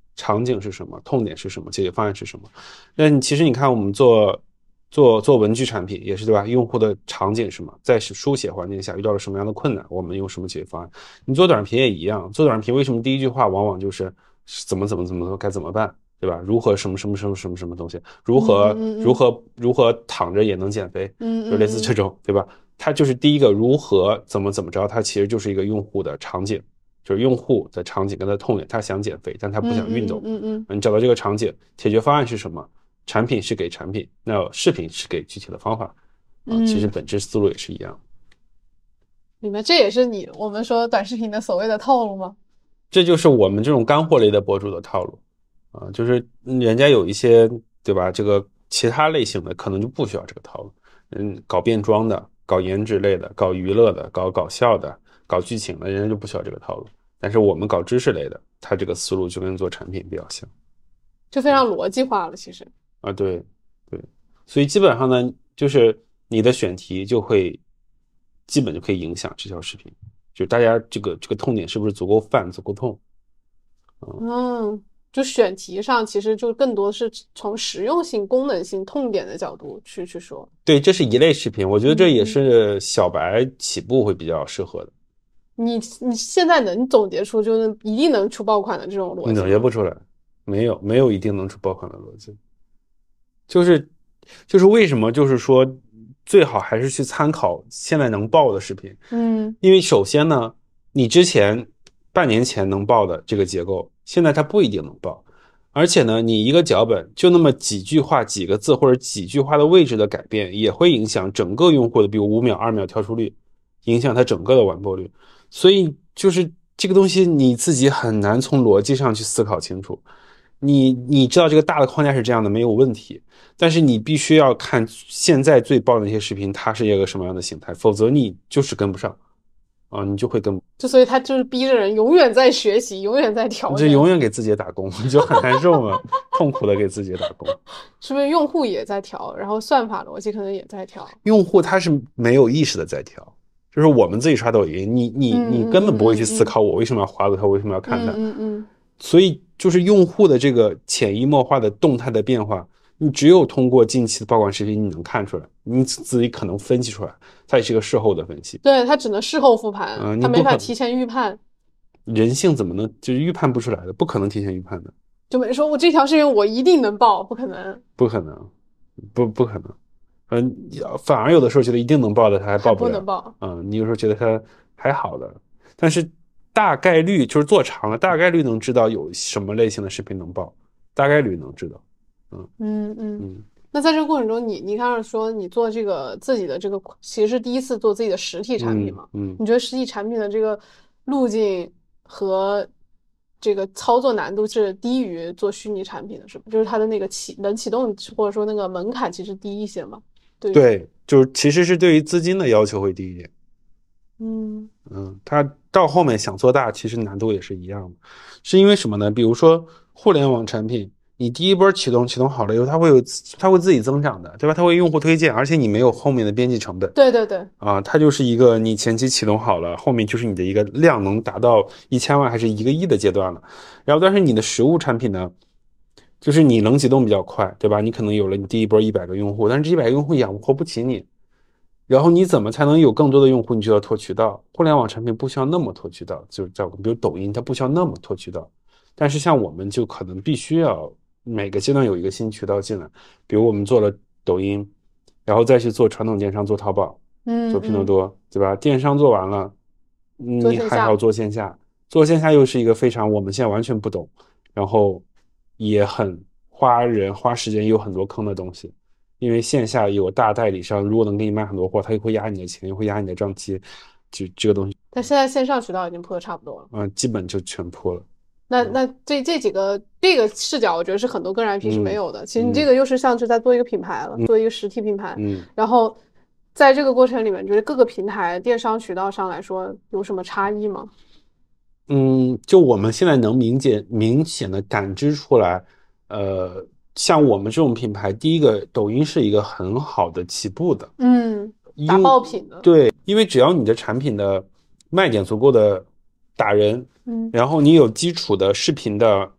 场景是什么，痛点是什么，解决方案是什么。那你其实你看我们做做做文具产品也是对吧？用户的场景是什么，在书写环境下遇到了什么样的困难，我们用什么解决方案。你做短视频也一样，做短视频为什么第一句话往往就是怎么怎么怎么该怎么办，对吧？如何什么什么什么什么什么东西，如何、 嗯嗯嗯、 如何如何躺着也能减肥， 嗯， 就类似这种，对吧？它就是第一个如何怎么怎么着，它其实就是一个用户的场景，就是用户的场景跟他痛点，他想减肥，但他不想运动。 嗯嗯嗯， 你找到这个场景，解决方案是什么？产品是给产品，那视频是给具体的方法啊。其实本质思路也是一样。 明白，这也是你我们说短视频的所谓的套路吗？ 这就是我们这种干货类的博主的套路啊，就是人家有一些对吧？这个其他类型的可能就不需要这个套路。嗯，搞变装的，搞颜值类的，搞娱乐的，搞搞笑的，搞剧情的，人家就不需要这个套路。但是我们搞知识类的，它这个思路就跟做产品比较像， 就非常逻辑化了。其实啊，对对，所以基本上呢，就是你的选题就会基本就可以影响这条视频，就是大家这个这个痛点是不是足够泛、足够痛。 嗯。嗯，就选题上其实就更多是从实用性、功能性、痛点的角度去去说。 对，这是一类视频，我觉得这也是小白起步会比较适合的。 你你现在能总结出就是一定能出爆款的这种逻辑？ 你总结不出来，没有没有一定能出爆款的逻辑。就是就是为什么就是说最好还是去参考现在能爆的视频。 嗯， 因为首先呢，你之前半年前能爆的这个结构，现在它不一定能爆。而且呢，你一个脚本就那么几句话、几个字或者几句话的位置的改变，也会影响整个用户的，比如五秒、二秒跳出率，影响它整个的完播率。所以就是这个东西你自己很难从逻辑上去思考清楚。你你知道这个大的框架是这样的，没有问题，但是你必须要看现在最爆的那些视频，它是一个什么样的形态，否则你就是跟不上啊，你就会跟， 就所以他就是逼着人永远在学习，永远在调整， 就永远给自己打工，你就很难受嘛，痛苦的给自己打工。 是不是用户也在调，然后算法逻辑可能也在调？ 用户他是没有意识的在调，就是我们自己刷抖音，你你你根本不会去思考我为什么要滑到它，我为什么要看它， 嗯嗯， 所以就是用户的这个潜移默化的动态的变化，你只有通过近期的爆款视频，你能看出来，你自己可能分析出来，它也是个事后的分析。 对，它只能事后复盘， 嗯， 它没法提前预判。 人性怎么能就是预判不出来的？不可能提前预判的。 就没说我这条视频我一定能爆，不可能， 不可能，不不可能。嗯，反而有的时候觉得一定能爆的，它还爆不了。 不能爆。 嗯，你有时候觉得它还好的，但是大概率就是做长了，大概率能知道有什么类型的视频能爆，大概率能知道。嗯嗯嗯嗯。 那在这个过程中，你你刚才说你做这个自己的这个，其实是第一次做自己的实体产品嘛？ 嗯。嗯你觉得实体产品的这个路径和这个操作难度是低于做虚拟产品的，是吧？就是它的那个启能启动或者说那个门槛其实低一些嘛？对对，就是其实是对于资金的要求会低一点。 嗯嗯，它到后面想做大，其实难度也是一样的。是因为什么呢？比如说互联网产品，你第一波启动启动好了以后，它会有它会自己增长的，对吧？它会用户推荐，而且你没有后面的边际成本。 对对对。 啊，它就是一个你前期启动好了，后面就是你的一个量能达到一千万还是一个亿的阶段了。然后，但是你的实物产品呢，就是你能启动比较快，对吧？你可能有了你第一波一百个用户，但是这一百个用户养活不起你。然后你怎么才能有更多的用户？你就要拓渠道。互联网产品不需要那么拓渠道，就是叫比如抖音，它不需要那么拓渠道。但是像我们就可能必须要每个阶段有一个新渠道进来，比如我们做了抖音，然后再去做传统电商，做淘宝， 嗯， 做拼多多，对吧？电商做完了，你还要做线下，做线下又是一个非常我们现在完全不懂，然后也很花人花时间，也有很多坑的东西。因为线下有大代理商，如果能给你卖很多货，他又会压你的钱，又会压你的账期，就这个东西。 但现在线上渠道已经铺的差不多了， 嗯，基本就全铺了。 那那这这几个这个视角，我觉得是很多个人 I P 是没有的。 嗯、 其实你这个又是像是在做一个品牌了， 嗯、 做一个实体品牌。 嗯， 然后在这个过程里面，就是各个平台电商渠道上来说有什么差异吗？ 嗯，就我们现在能明显明显的感知出来，呃。像我们这种品牌，第一个抖音是一个很好的起步的， 嗯，打爆品的， 对，因为只要你的产品的卖点足够的打人， 嗯， 然后你有基础的视频的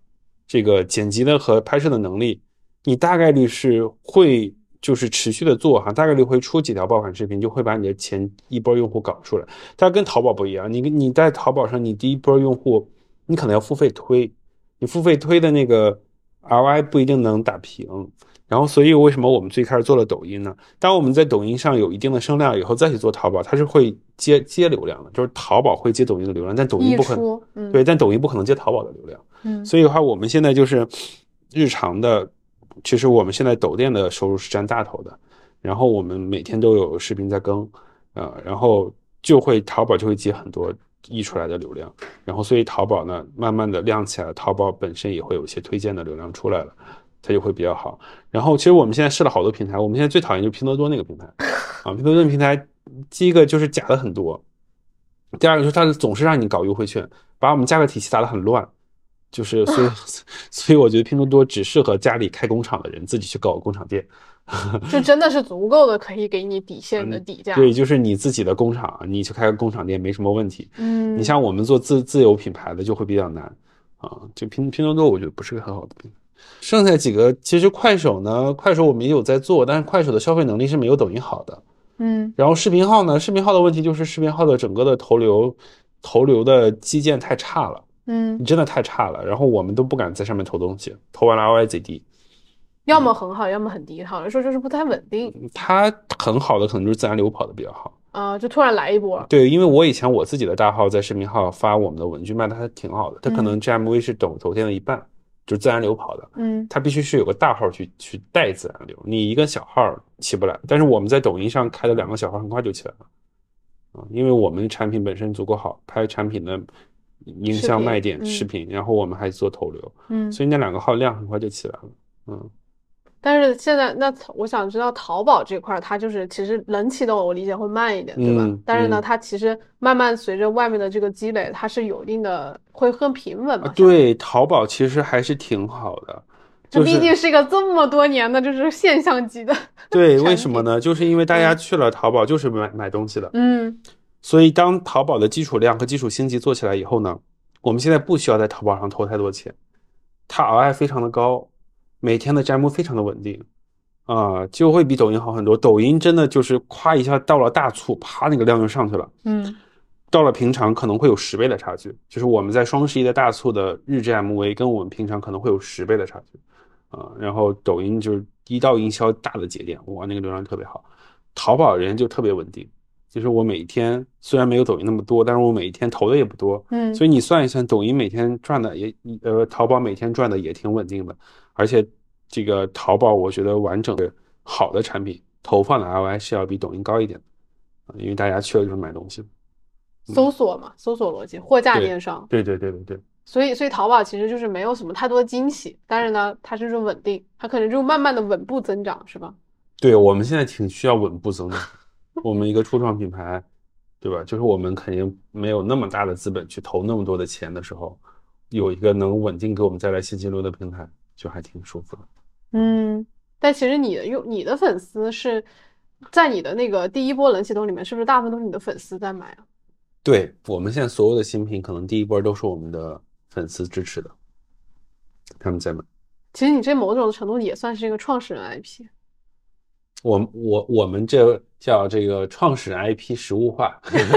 这个剪辑的和拍摄的能力，你大概率是会就是持续的做哈，大概率会出几条爆款视频，就会把你的前一波用户搞出来。它跟淘宝不一样，你你在淘宝上，你第一波用户，你可能要付费推，你付费推的那个 R O I 不一定能打平。然后，所以为什么我们最开始做了抖音呢？当我们在抖音上有一定的声量以后，再去做淘宝，它是会接接流量的，就是淘宝会接抖音的流量，但抖音不可能，嗯、对，但抖音不可能接淘宝的流量。嗯，所以的话，我们现在就是日常的。其实我们现在抖店的收入是占大头的，然后我们每天都有视频在更，呃，然后就会淘宝就会接很多溢出来的流量，然后所以淘宝呢慢慢的亮起来，淘宝本身也会有一些推荐的流量出来了，它就会比较好。然后其实我们现在试了好多平台，我们现在最讨厌就是拼多多那个平台啊，拼多多那个平台，第一个就是假的很多，第二个就是它总是让你搞优惠券，把我们价格体系打得很乱。就是所以所以我觉得拼多多只适合家里开工厂的人自己去搞工厂店， 就真的是足够的可以给你底线的底价。 嗯、对，就是你自己的工厂，你去开个工厂店没什么问题。嗯，你像我们做自自有品牌的就会比较难啊。就拼拼多多，我觉得不是个很好的品牌。剩下几个其实快手呢，快手我们也有在做，但是快手的消费能力是没有抖音好的。嗯，然后视频号呢，视频号的问题就是视频号的整个的投流投流的基建太差了。嗯，真的太差了，然后我们都不敢在上面投东西，投完了 R O I 贼低， 要么很好，要么很低，好像说就是不太稳定。 它很好的可能就是自然流跑的比较好啊、呃，就突然来一波。 对，因为我以前我自己的大号在视频号发我们的文具卖的还挺好的，它可能 G M V 是抖抖店的一半，嗯、就是自然流跑的。嗯，它必须是有个大号去去带自然流，你一个小号起不来。但是我们在抖音上开的两个小号很快就起来了，啊、嗯，因为我们产品本身足够好，拍产品的。营销卖点视频、嗯、然后我们还做投流，嗯，所以那两个号量很快就起来了，嗯。 但是现在那我想知道淘宝这块它就是其实能启动我理解会慢一点，对吧？嗯、但是呢、嗯、它其实慢慢随着外面的这个积累它是有一定的会更平稳嘛、啊、 对，淘宝其实还是挺好的， 这毕竟是一个这么多年的就是现象级的对，为什么呢？就是因为大家去了淘宝就是买、嗯、买东西的， 嗯。 所以当淘宝的基础量和基础星级做起来以后呢，我们现在不需要在淘宝上投太多钱，它 R O I 非常的高，每天的 G M V 非常的稳定啊、呃，就会比抖音好很多。抖音真的就是夸一下到了大促，啪那个量就上去了，嗯，到了平常可能会有十倍的差距，就是我们在双十一的大促的日 G M V 跟我们平常可能会有十倍的差距啊、呃。然后抖音就是一到营销大的节点，哇，那个流量特别好，淘宝人就特别稳定。就是我每天虽然没有抖音那么多，但是我每一天投的也不多，嗯，所以你算一算，抖音每天赚的也，呃，淘宝每天赚的也挺稳定的，而且这个淘宝我觉得完整的好的产品投放的 R O I 是要比抖音高一点的，因为大家去了就是买东西， 搜索嘛，搜索逻辑，货架电商， 对对对对对对， 所以所以淘宝其实就是没有什么太多的惊喜，但是呢，它是种稳定，它可能就慢慢的稳步增长，是吧？ 对，我们现在挺需要稳步增长。我们一个初创品牌，对吧？就是我们肯定没有那么大的资本去投那么多的钱的时候，有一个能稳定给我们带来现金流的平台，就还挺舒服的。 嗯，但其实你的用你的粉丝是在你的那个第一波冷启动里面，是不是大部分都是你的粉丝在买啊？ 对，我们现在所有的新品，可能第一波都是我们的粉丝支持的，他们在买。 其实你这某种程度也算是一个创始人 I P。 我我我们这叫这个创始人 I P 实物化，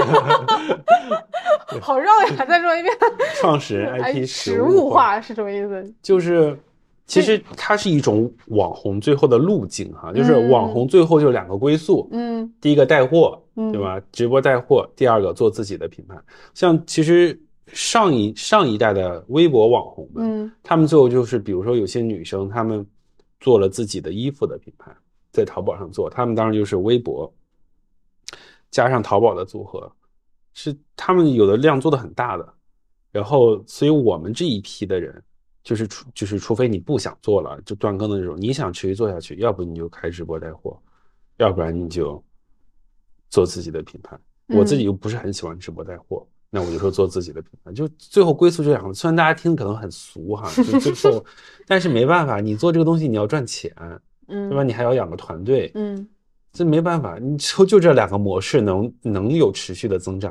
好绕呀！再说一遍， 创始人 I P 实物化是什么意思？ 就是其实它是一种网红最后的路径哈，就是网红最后就两个归宿，嗯，第一个带货，对吧？直播带货，第二个做自己的品牌。像其实上一上一代的微博网红们，嗯，他们最后就是比如说有些女生，她们做了自己的衣服的品牌。在淘宝上做，他们当然就是微博加上淘宝的组合，是他们有的量做的很大的，然后所以我们这一批的人就是除就是除非你不想做了就断更的这种，你想持续做下去，要不你就开直播带货，要不然你就做自己的品牌。我自己又不是很喜欢直播带货，嗯，那我就说做自己的品牌，就最后归宿这两个，虽然大家听可能很俗哈，就最后但是没办法，你做这个东西你要赚钱，嗯，对吧？你还要养个团队，嗯，这没办法，你就就这两个模式能能有持续的增长，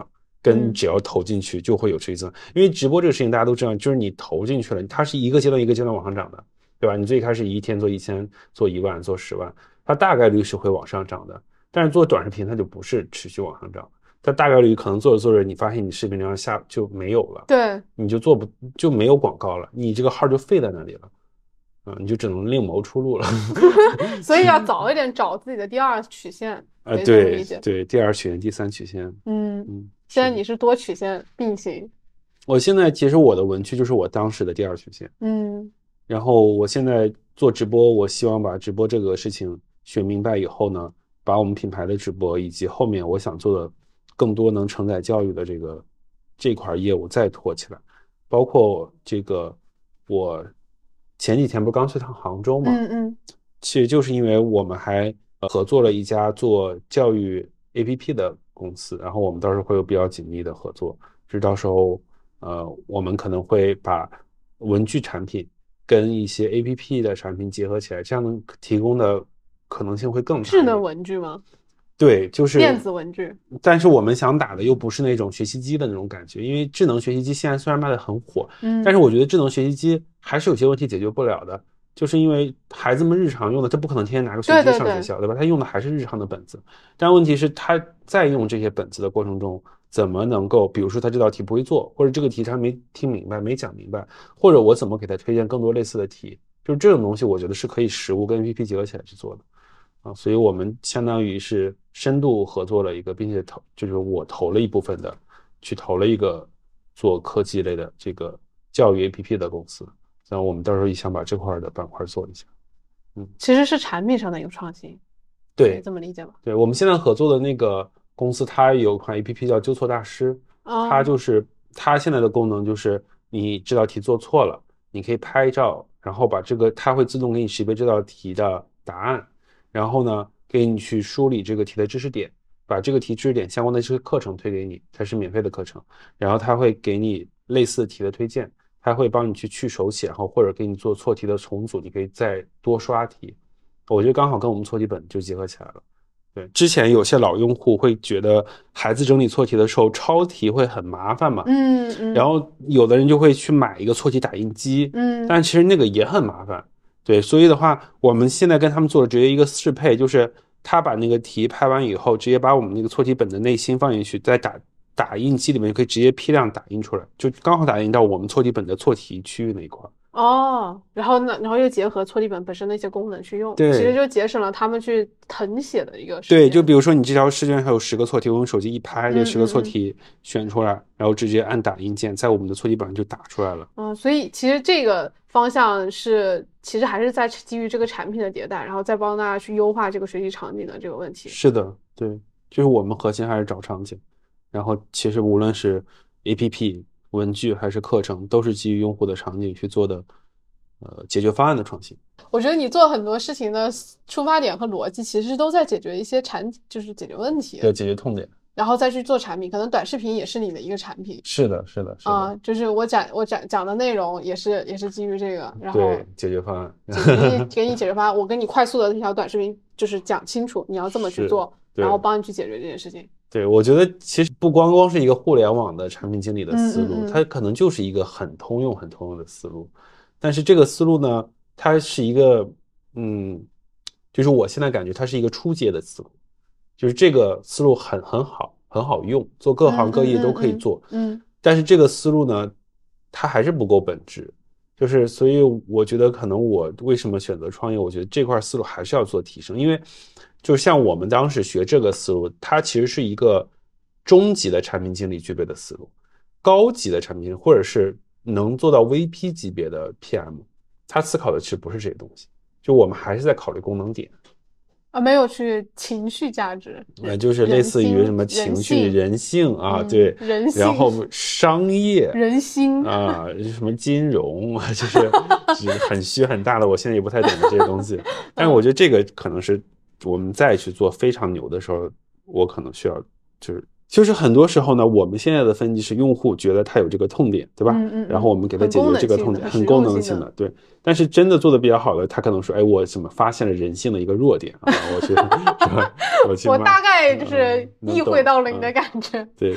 跟只要投进去就会有持续增长。因为直播这个事情大家都知道，就是你投进去了，它是一个阶段一个阶段往上涨的，对吧？你最开始一天做一千，做一万，做十万，它大概率是会往上涨的。但是做短视频它就不是持续往上涨，它大概率可能做着做着你发现你视频流量下就没有了， 对， 你就做不就没有广告了，你这个号就废在那里了。嗯，你就只能另谋出路了。 所以要早一点找自己的第二曲线。 啊，对对，第二曲线、第三曲线。 嗯嗯，现在你是多曲线并行。 我现在其实我的文区就是我当时的第二曲线。 嗯， 然后我现在做直播，我希望把直播这个事情学明白以后呢，把我们品牌的直播以及后面我想做的更多能承载教育的这个这块业务再拖起来，包括这个我。前几天不是刚去趟杭州嘛？ 嗯嗯， 其实就是因为我们还合作了一家做教育 A P P 的公司，然后我们到时候会有比较紧密的合作，就是到时候呃，我们可能会把文具产品跟一些 A P P 的产品结合起来，这样能提供的可能性会更大。 智能文具吗？ 对，就是电子文具。 但是我们想打的又不是那种学习机的那种感觉，因为智能学习机现在虽然卖的很火，嗯，但是我觉得智能学习机还是有些问题解决不了的，就是因为孩子们日常用的，他不可能天天拿个学习机上学校， 对, 对, 对吧？他用的还是日常的本子，但问题是他在用这些本子的过程中，怎么能够，比如说他这道题不会做，或者这个题他没听明白，没讲明白，或者我怎么给他推荐更多类似的题，就是这种东西，我觉得是可以实物跟 A P P 结合起来去做的。啊，所以我们相当于是深度合作了一个，并且投就是我投了一部分的，去投了一个做科技类的这个教育 A P P 的公司，然后我们到时候也想把这块的板块做一下。 嗯，其实是产品上的一个创新， 对， 这么理解吧？ 对，我们现在合作的那个公司，它有一款 A P P 叫纠错大师，哦，它就是它现在的功能就是你这道题做错了，你可以拍照，然后把这个它会自动给你识别这道题的答案。然后呢，给你去梳理这个题的知识点，把这个题知识点相关的这个课程推给你，它是免费的课程。然后它会给你类似题的推荐，它会帮你去去手写，然后或者给你做错题的重组，你可以再多刷题。我觉得刚好跟我们错题本就结合起来了。对，之前有些老用户会觉得孩子整理错题的时候抄题会很麻烦嘛， 嗯嗯， 然后有的人就会去买一个错题打印机，嗯，但其实那个也很麻烦。对，所以的话，我们现在跟他们做的直接一个适配，就是他把那个题拍完以后，直接把我们那个错题本的内芯放进去，在打打印机里面可以直接批量打印出来，就刚好打印到我们错题本的错题区域那一块。 哦，然后呢，然后又结合错题本本身的一些功能去用， 对， 其实就节省了他们去誊写的一个时间。对，就比如说你这条试卷还有十个错题，我用手机一拍，这十个错题选出来，嗯嗯嗯，然后直接按打印键，在我们的错题本上就打出来了。 嗯，所以其实这个方向是，其实还是在基于这个产品的迭代，然后再帮大家去优化这个学习场景的这个问题。 是的，对，就是我们核心还是找场景，然后其实无论是 A P P、文具还是课程，都是基于用户的场景去做的。呃，解决方案的创新， 我觉得你做很多事情的出发点和逻辑，其实都在解决一些产，就是解决问题， 对，解决痛点， 然后再去做产品。可能短视频也是你的一个产品。 是的，是的，是的。 啊、呃，就是我讲我讲讲的内容也是也是基于这个，然后对解决方案， 给你给你解决方案。我跟你快速的一条短视频，就是讲清楚你要这么去做，然后帮你去解决这件事情。 对，我觉得其实不光光是一个互联网的产品经理的思路， 嗯嗯嗯它可能就是一个很通用、很通用的思路。但是这个思路呢，它是一个，嗯，就是我现在感觉它是一个初阶的思路，就是这个思路很很好，很好用，做各行各业都可以做。 嗯，嗯嗯嗯但是这个思路呢，它还是不够本质，就是所以我觉得可能我为什么选择创业，我觉得这块思路还是要做提升，因为就像我们当时学这个思路，它其实是一个中级的产品经理具备的思路，高级的产品经理或者是能做到 V P 级别的 P M， 他思考的其实不是这些东西，就我们还是在考虑功能点啊，没有去情绪价值， 呃，就是类似于什么情绪、人性, 人性啊、嗯，对， 人性， 然后商业、 人心啊，什么金融，就是很虚很大的，我现在也不太懂这些东西，但是我觉得这个可能是我们再去做非常牛的时候，我可能需要就是。就是很多时候呢，我们现在的分析是用户觉得他有这个痛点，对吧？ 嗯嗯嗯， 然后我们给他解决这个痛点，很功能性的，对。但是真的做的比较好的，他可能说，哎，我怎么发现了人性的一个弱点啊？我去，我去， 我大概就是意会到了你的感觉。 嗯嗯、对，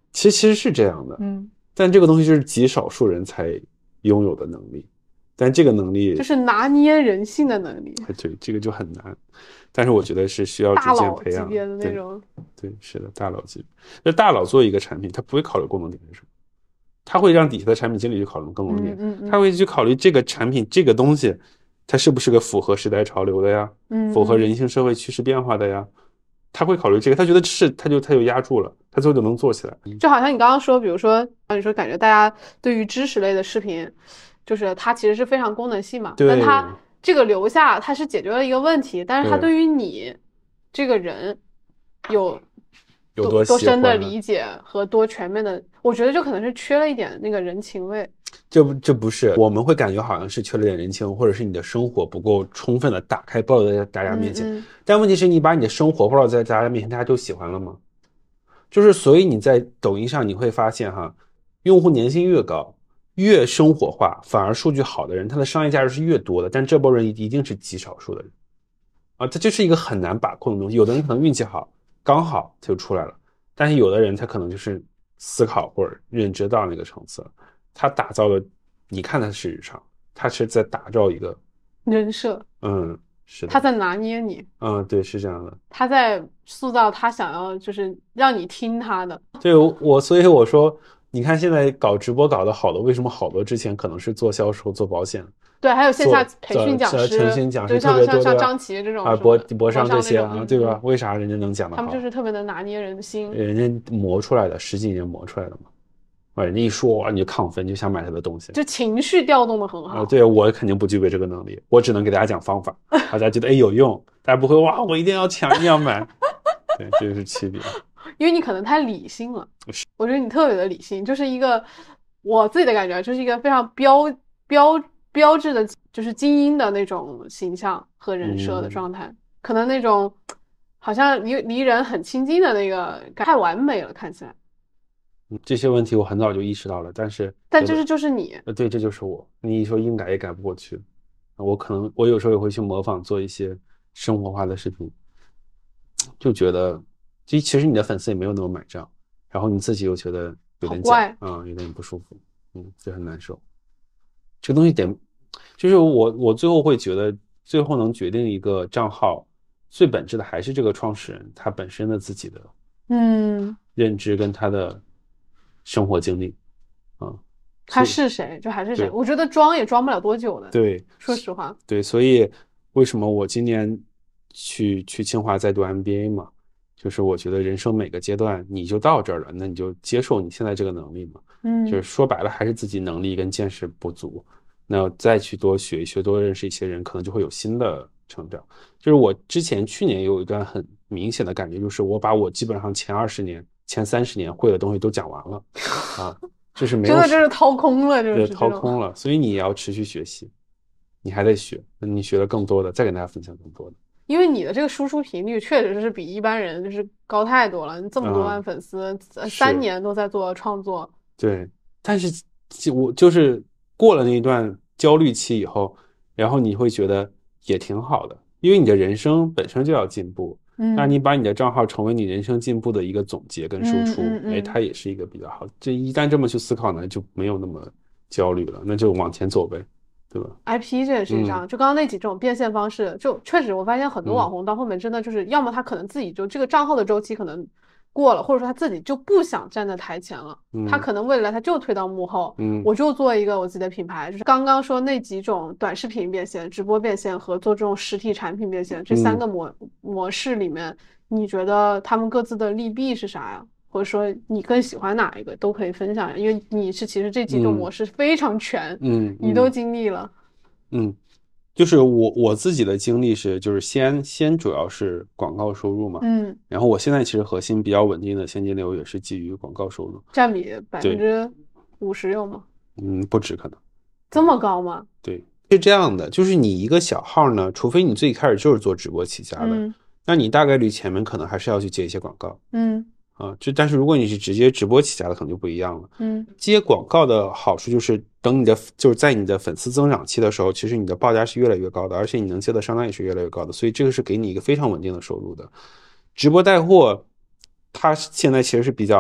其实其实是这样的， 嗯， 但这个东西就是极少数人才拥有的能力，但这个能力就是拿捏人性的能力， 对，这个就很难。但是我觉得是需要逐渐培养大佬级别的那种。 对，对，是的，大佬级别。那大佬做一个产品，他不会考虑功能点是什么，他会让底下的产品经理去考虑功能点， 嗯嗯嗯、 他会去考虑这个产品这个东西，它是不是个符合时代潮流的呀， 嗯， 符合人性社会趋势变化的呀。他会考虑这个，他觉得是，他就他就压住了，他最后就能做起来。 就好像你刚刚说，比如说，你说感觉大家对于知识类的视频，就是它其实是非常功能性嘛，但它这个留下，它是解决了一个问题，但是它对于你这个人有有多多深的理解和多全面的，我觉得就可能是缺了一点那个人情味。 这不这不是，我们会感觉好像是缺了点人情，或者是你的生活不够充分的打开暴露在大家面前。 嗯嗯， 但问题是你把你的生活暴露在大家面前，大家都喜欢了吗？就是所以你在抖音上你会发现哈，用户粘性越高，越生活化，反而数据好的人，他的商业价值是越多的。但这波人一定是极少数的人啊，这就是一个很难把控的东西。有的人可能运气好，刚好就出来了，但是有的人他可能就是思考或者认知到那个层次了。他打造的，你看他是日常，他是在打造一个人设， 嗯，是的， 他在拿捏你， 嗯，对，是这样的， 他在塑造他想要就是让你听他的。 对我，所以我说，你看现在搞直播搞得好的，为什么好多之前可能是做销售、做保险， 对，还有线下培训讲师， 培训讲师特别多， 像张琪这种啊，博博上这些啊，对吧？ 嗯、 为啥人家能讲得好？ 他们就是特别能拿捏人心， 人家磨出来的，十几年磨出来的嘛。人家一说你就亢奋，就想买他的东西， 就情绪调动的很好。 呃、对我肯定不具备这个能力，我只能给大家讲方法，大家觉得哎有用，大家不会哇我一定要抢，一定要买。对，这就是区别。 因为你可能太理性了，我觉得你特别的理性，就是一个我自己的感觉，就是一个非常标标标志的，就是精英的那种形象和人设的状态，嗯、可能那种好像离离人很亲近的那个，太完美了，看起来。 这些问题我很早就意识到了，但是但这是就是你， 呃，对，这就是我。你说硬改也改不过去，我可能我有时候也会去模仿做一些生活化的视频，就觉得，其实你的粉丝也没有那么买账，然后你自己又觉得有点假，嗯，有点不舒服，嗯，就很难受。这个东西点，就是我我最后会觉得，最后能决定一个账号最本质的还是这个创始人他本身的自己的嗯认知跟他的生活经历，啊、嗯， 他是谁就还是谁，我觉得装也装不了多久的。 对， 说实话， 对，所以为什么我今年去去清华再读 M B A 嘛，就是我觉得人生每个阶段你就到这儿了，那你就接受你现在这个能力嘛， 嗯， 就是说白了还是自己能力跟见识不足，那再去多学一学，多认识一些人，可能就会有新的成长。就是我之前去年有一段很明显的感觉，就是我把我基本上前二十年、前三十年会的东西都讲完了啊。就是没有真的就是掏空了，就是对掏空了，所以你也要持续学习，你还得学，你学了更多的，再给大家分享更多的。 因为你的这个输出频率确实是比一般人就是高太多了，你这么多万粉丝，嗯、三年都在做创作。 对，但是我就是过了那一段焦虑期以后，然后你会觉得也挺好的，因为你的人生本身就要进步。 嗯， 那你把你的账号成为你人生进步的一个总结跟输出， 嗯嗯嗯、 哎，它也是一个比较好。这一旦这么去思考呢，就没有那么焦虑了，那就往前走呗，对吧 ？I P 这件事情上，嗯、就刚刚那几种变现方式，就确实我发现很多网红到后面真的就是，要么他可能自己就这个账号的周期可能过了，或者说他自己就不想站在台前了， 嗯、 他可能未来他就推到幕后， 嗯， 我就做一个我自己的品牌，就是刚刚说那几种短视频变现、直播变现和做这种实体产品变现这三个模、嗯、模式里面，你觉得他们各自的利弊是啥呀？或者说你更喜欢哪一个都可以分享，因为你是其实这几种模式非常全， 嗯， 你都经历了， 嗯。就是我我自己的经历是，就是先先主要是广告收入嘛， 嗯， 然后我现在其实核心比较稳定的现金流也是基于广告收入， 占比百分之五十有吗？ 嗯，不止可能， 这么高吗？ 对，是这样的，就是你一个小号呢，除非你最开始就是做直播起家的， 嗯、 那你大概率前面可能还是要去接一些广告， 嗯。 啊，就但是如果你是直接直播起家的，可能就不一样了。 嗯， 接广告的好处就是，等你的就是在你的粉丝增长期的时候，其实你的报价是越来越高的，而且你能接的商单也是越来越高的，所以这个是给你一个非常稳定的收入的。直播带货，它现在其实是比较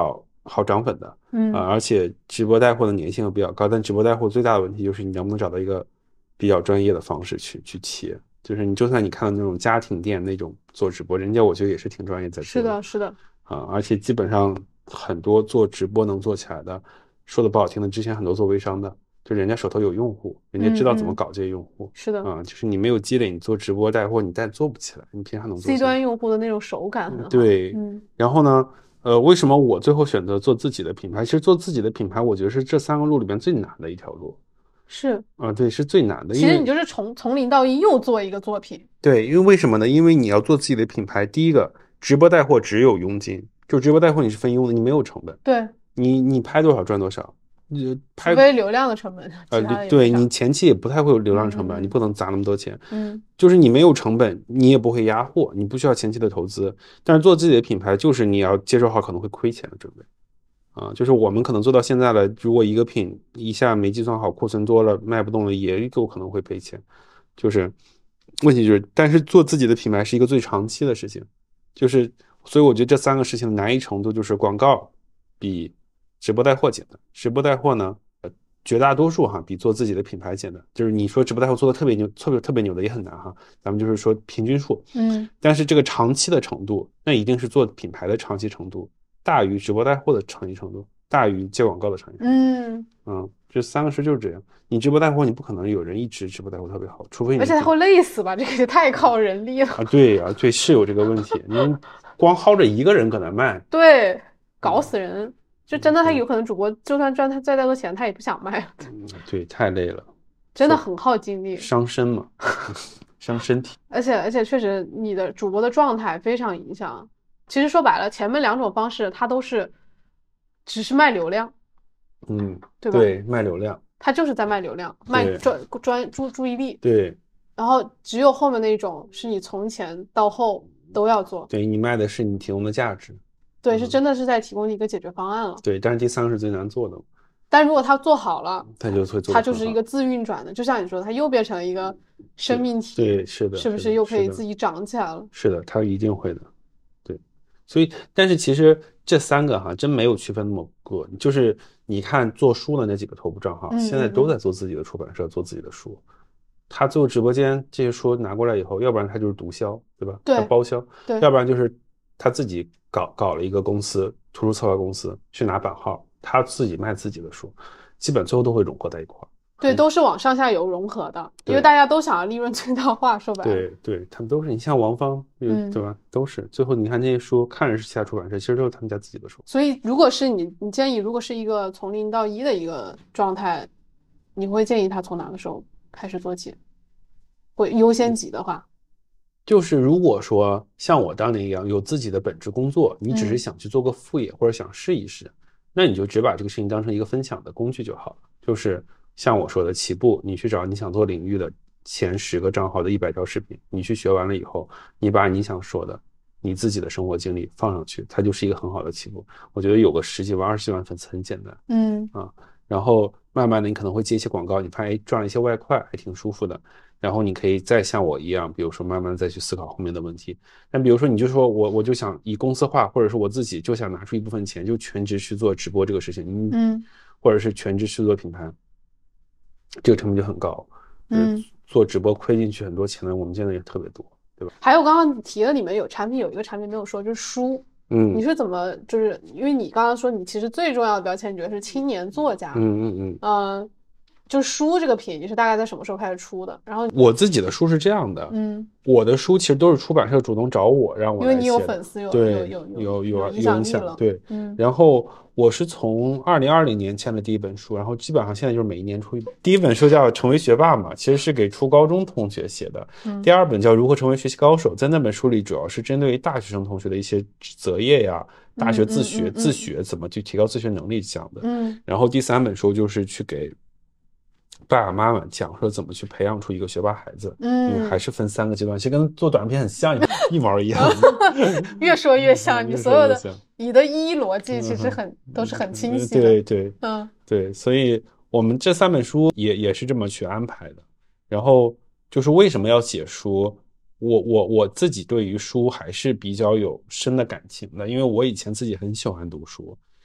好涨粉的， 嗯、 呃，而且直播带货的粘性又比较高，但直播带货最大的问题就是你能不能找到一个比较专业的方式去去切，就是你就算你看到那种家庭店那种做直播，人家我觉得也是挺专业在做的， 是的，是的， 啊、而且基本上很多做直播能做起来的，说的不好听的，之前很多做微商的，就人家手头有用户，人家知道怎么搞这些用户， 嗯嗯、是的， 啊、就是你没有积累，你做直播带货，你但做不起来，你凭啥能做起来 C 端用户的那种手感很好， 对， 嗯， 然后呢？呃，为什么我最后选择做自己的品牌？其实做自己的品牌，我觉得是这三个路里面最难的一条路。 是啊、呃，对，是最难的。 其实你就是从从零到一又做一个作品。 对，因为为什么呢？因为你要做自己的品牌，第一个，直播带货只有佣金，就直播带货你是分佣的，你没有成本。 对， 你你拍多少赚多少。你拍除非流量的成本， 呃，对你前期也不太会有流量成本，嗯、你不能砸那么多钱。 嗯， 就是你没有成本，你也不会压货，你不需要前期的投资。但是做自己的品牌，就是你要接受好可能会亏钱的准备。啊，就是我们可能做到现在了，如果一个品一下没计算好，库存多了卖不动了，也有可能会赔钱。就是问题就是，但是做自己的品牌是一个最长期的事情。就是所以我觉得这三个事情的难易程度，就是广告比直播带货简单，直播带货呢，呃，绝大多数哈比做自己的品牌简单。就是你说直播带货做的特别牛，特别特别牛的也很难哈。咱们就是说平均数， 嗯， 但是这个长期的程度，那一定是做品牌的长期程度大于直播带货的长期程度，大于接广告的长期程度。 嗯嗯，这三个事就是这样。你直播带货，你不可能有人一直直播带货特别好，除非你而且他会累死吧？这个也太靠人力了啊！对啊，对，是有这个问题。你光薅着一个人搁那卖， 对，搞死人。嗯，就真的他有可能主播就算赚他再多钱，他也不想卖。 嗯，对，太累了， 真的很耗精力， 伤身嘛，伤身体。 而且而且确实，你的主播的状态非常影响。其实说白了，前面两种方式，它都是只是卖流量， 嗯， 对吧？ 对，卖流量， 它就是在卖流量，卖专专注注意力。 对。 然后只有后面那种是你从前到后都要做。 对，你卖的是你提供的价值。 对，是真的是在提供一个解决方案了。 对，但是第三个是最难做的。 但如果他做好了， 他就会做， 他就是一个自运转的，就像你说，他又变成了一个生命体。 对，是的， 是不是又可以自己长起来了？ 是的，他一定会的。对，所以，但是其实这三个哈，真没有区分那么个，就是你看做书的那几个头部账号， 嗯、 现在都在做自己的出版社，做自己的书。他做直播间这些书拿过来以后，要不然他就是独销，对吧？ 对， 他包销。 对， 要不然就是他自己搞搞了一个公司，图书策划公司去拿版号，他自己卖自己的书，基本最后都会融合在一块。 对，都是往上下游融合的，因为大家都想要利润最大化，说白了。 对对，他们都是，你像王芳， 嗯， 对吧？都是最后你看这些书，看着是其他出版社，其实都是他们家自己的书。 所以，如果是你，你建议，如果是一个从零到一的一个状态，你会建议他从哪个时候开始做起？会优先级的话， 就是如果说像我当年一样有自己的本职工作，你只是想去做个副业、嗯、或者想试一试，那你就只把这个事情当成一个分享的工具就好了。就是像我说的，起步你去找你想做领域的前十个账号的一百条视频，你去学完了以后，你把你想说的你自己的生活经历放上去，它就是一个很好的起步。我觉得有个十几万二十几万粉丝很简单。 嗯啊，然后慢慢的你可能会接一些广告，你发现哎赚了一些外快还挺舒服的，然后你可以再像我一样，比如说慢慢再去思考后面的问题。但比如说你就说我我就想以公司化，或者是我自己就想拿出一部分钱就全职去做直播这个事情， 嗯， 或者是全职去做品牌，这个成本就很高。 嗯， 做直播亏进去很多钱的我们见的也特别多，对吧？ 还有刚刚提的里面有产品，有一个产品没有说，就是书。 嗯， 你是怎么，就是因为你刚刚说你其实最重要的标签，你觉得是青年作家。 嗯嗯嗯， 呃，就书这个品，你是大概在什么时候开始出的？然后我自己的书是这样的， 嗯， 我的书其实都是出版社主动找我让我来写的， 因为你有粉丝，有对， 有有有有影响力了，对， 嗯。 然后我是从二零二零年签的第一本书，然后基本上现在就是每一年出一本。第一本书叫《成为学霸》嘛，其实是给初高中同学写的。 嗯、 第二本叫《如何成为学习高手》，在那本书里主要是针对于大学生同学的一些择业呀、大学自学、 嗯嗯嗯嗯、 自学怎么去提高自学能力讲的。 嗯， 然后第三本书就是去给爸爸妈妈讲说怎么去培养出一个学霸孩子， 嗯， 因为还是分三个阶段，其实跟做短片很像，一毛一样。 越说越像，你所有的你的一逻辑其实很、 嗯、 都是很清晰的。 对对， 嗯， 对，所以我们这三本书也也是这么去安排的。然后就是为什么要写书，我我我自己对于书还是比较有深的感情的，因为我以前自己很喜欢读书。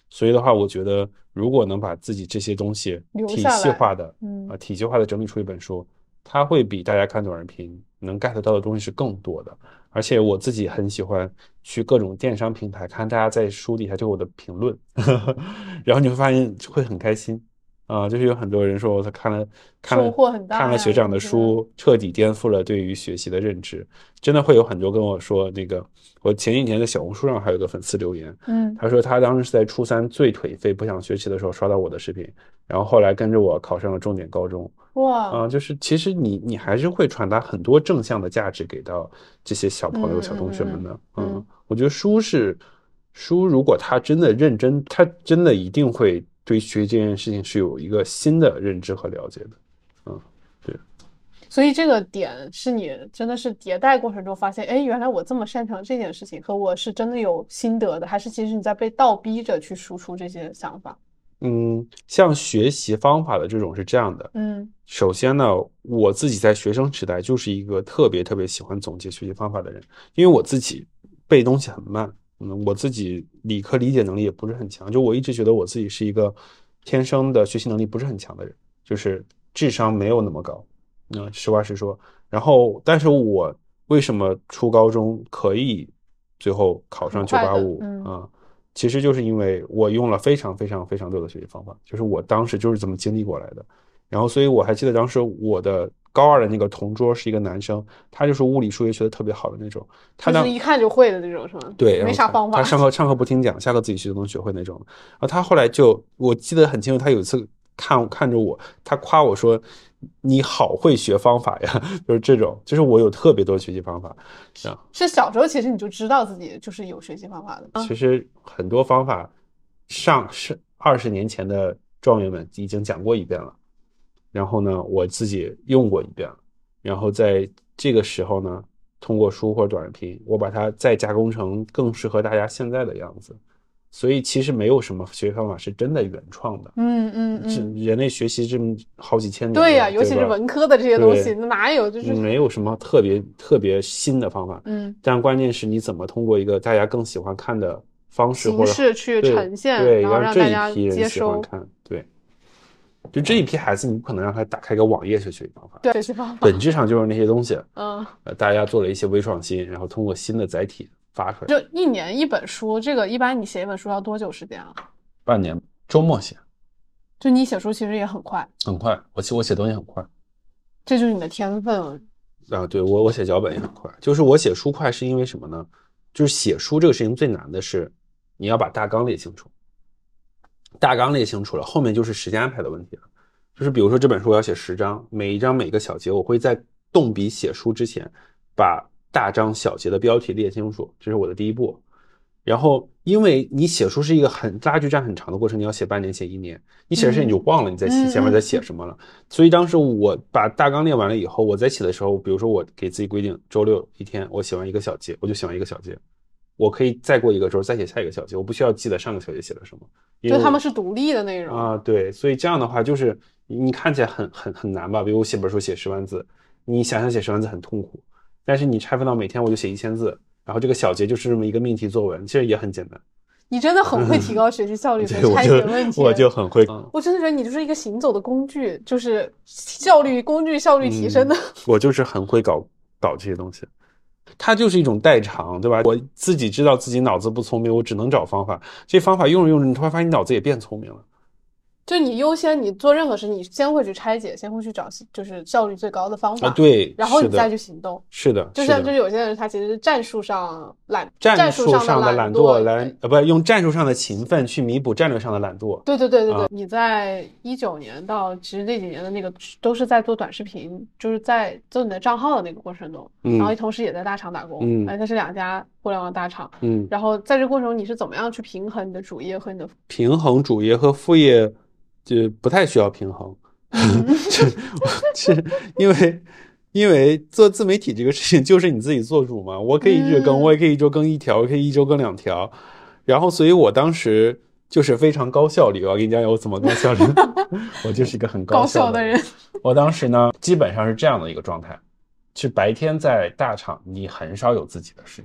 所以的话，我觉得如果能把自己这些东西体系化的，嗯啊，体系化的整理出一本书，它会比大家看短视频能 get 到的东西是更多的。而且我自己很喜欢去各种电商平台看大家在书底下对我的评论，然后你会发现会很开心啊、呃，就是有很多人说他看了看了收获很大， 看了学长的书，彻底颠覆了对于学习的认知。真的会有很多跟我说，那个我前几天在小红书上还有个粉丝留言， 嗯， 他说他当时是在初三最颓废不想学习的时候刷到我的视频，然后后来跟着我考上了重点高中。 哇， 啊、呃，就是其实你你还是会传达很多正向的价值给到这些小朋友、 嗯、 小同学们的。 嗯， 嗯，我觉得书是书，如果他真的认真，他真的一定会对学这件事情是有一个新的认知和了解的。嗯，对。 所以这个点是你真的是迭代过程中发现，哎，原来我这么擅长这件事情，和我是真的有心得的，还是其实你在被倒逼着去输出这些想法？ 嗯，像学习方法的这种是这样的， 嗯， 首先呢，我自己在学生时代就是一个特别特别喜欢总结学习方法的人，因为我自己背东西很慢，嗯，我自己理科理解能力也不是很强，就我一直觉得我自己是一个天生的学习能力不是很强的人，就是智商没有那么高，嗯，实话实说。然后，但是我为什么初高中可以最后考上九八五啊？其实就是因为我用了非常非常非常多的学习方法，就是我当时就是这么经历过来的。然后，所以我还记得当时我的高二的那个同桌是一个男生，他就是物理数学学的特别好的那种，他就是一看就会的那种，是吗？ 对， 没啥方法。 他上课上课不听讲，下课自己学就能学会那种。然后他后来就，我记得很清楚，他有一次看看着我，他夸我说：“你好会学方法呀！”就是这种，就是我有特别多学习方法。 是小时候其实你就知道自己就是有学习方法的。 其实很多方法，上是二十年前的状元们已经讲过一遍了，然后呢，我自己用过一遍了，然后在这个时候呢，通过书或者短视频，我把它再加工成更适合大家现在的样子。所以其实没有什么学习方法是真的原创的。 嗯嗯嗯， 人类学习这么好几千年， 对呀、啊，尤其是文科的这些东西，哪有就是没有什么特别特别新的方法。 嗯， 但关键是你怎么通过一个大家更喜欢看的方式或者形式去呈现， 对， 然后让大家这一批人喜欢看，对。就这一批孩子，你不可能让他打开一个网页去学习方法， 对，学习方法本质上就是那些东西。 嗯， 呃，大家做了一些微创新，然后通过新的载体发出来。 就一年一本书，这个一般你写一本书要多久时间啊？ 半年，周末写。 就你写书其实也很快， 很快，我写我写东西很快， 这就是你的天分啊！对，我我写脚本也很快，就是我写书快是因为什么呢？就是写书这个事情最难的是你要把大纲列清楚。大纲列清楚了，后面就是时间安排的问题了。就是比如说这本书我要写十章，每一章每个小节我会在动笔写书之前把大章小节的标题列清楚，这是我的第一步。然后因为你写书是一个很拉锯战很长的过程，你要写半年写一年，你写着写你就忘了你在写前面在写什么了、嗯、所以当时我把大纲列完了以后，我在写的时候，比如说我给自己规定周六一天我写完一个小节，我就写完一个小节，我可以再过一个周再写下一个小节，我不需要记得上个小节写了什么， 就他们是独立的内容啊。对，所以这样的话就是你看起来很很很难吧，比如我写本书写十万字，你想想写十万字很痛苦，但是你拆分到每天我就写一千字，然后这个小节就是这么一个命题作文，其实也很简单。 你真的很会提高学习效率和拆解问题。 我就很会、 嗯、我真的觉得你就是一个行走的工具，就是效率工具效率提升的、嗯、 我就是很会搞搞这些东西，它就是一种代偿，对吧？我自己知道自己脑子不聪明，我只能找方法，这方法用着用着你突然发现你脑子也变聪明了。 就你优先你做任何事，你先会去拆解，先会去找就是效率最高的方法、 啊、对， 然后你再去行动。 是的， 就像就是有些人他其实是战术上懒， 战术上的懒惰来呃不用战术上的勤奋去弥补战略上的懒惰。 对对对对对、啊、你在一九年到其实那几年的那个都是在做短视频，就是在做你的账号的那个过程中、嗯、然后同时也在大厂打工，嗯，而且是两家互联网大厂， 嗯， 然后在这个过程中你是怎么样去平衡你的主业和你的平衡主业和副业？就不太需要平衡，是因为因为做自媒体这个事情就是你自己做主嘛，我可以日更、嗯、我也可以一周更一条，我可以一周更两条，然后所以我当时就是非常高效率。我跟你讲我怎么高效率我就是一个很高效的人。我当时呢基本上是这样的一个状态，是白天在大厂你很少有自己的时间，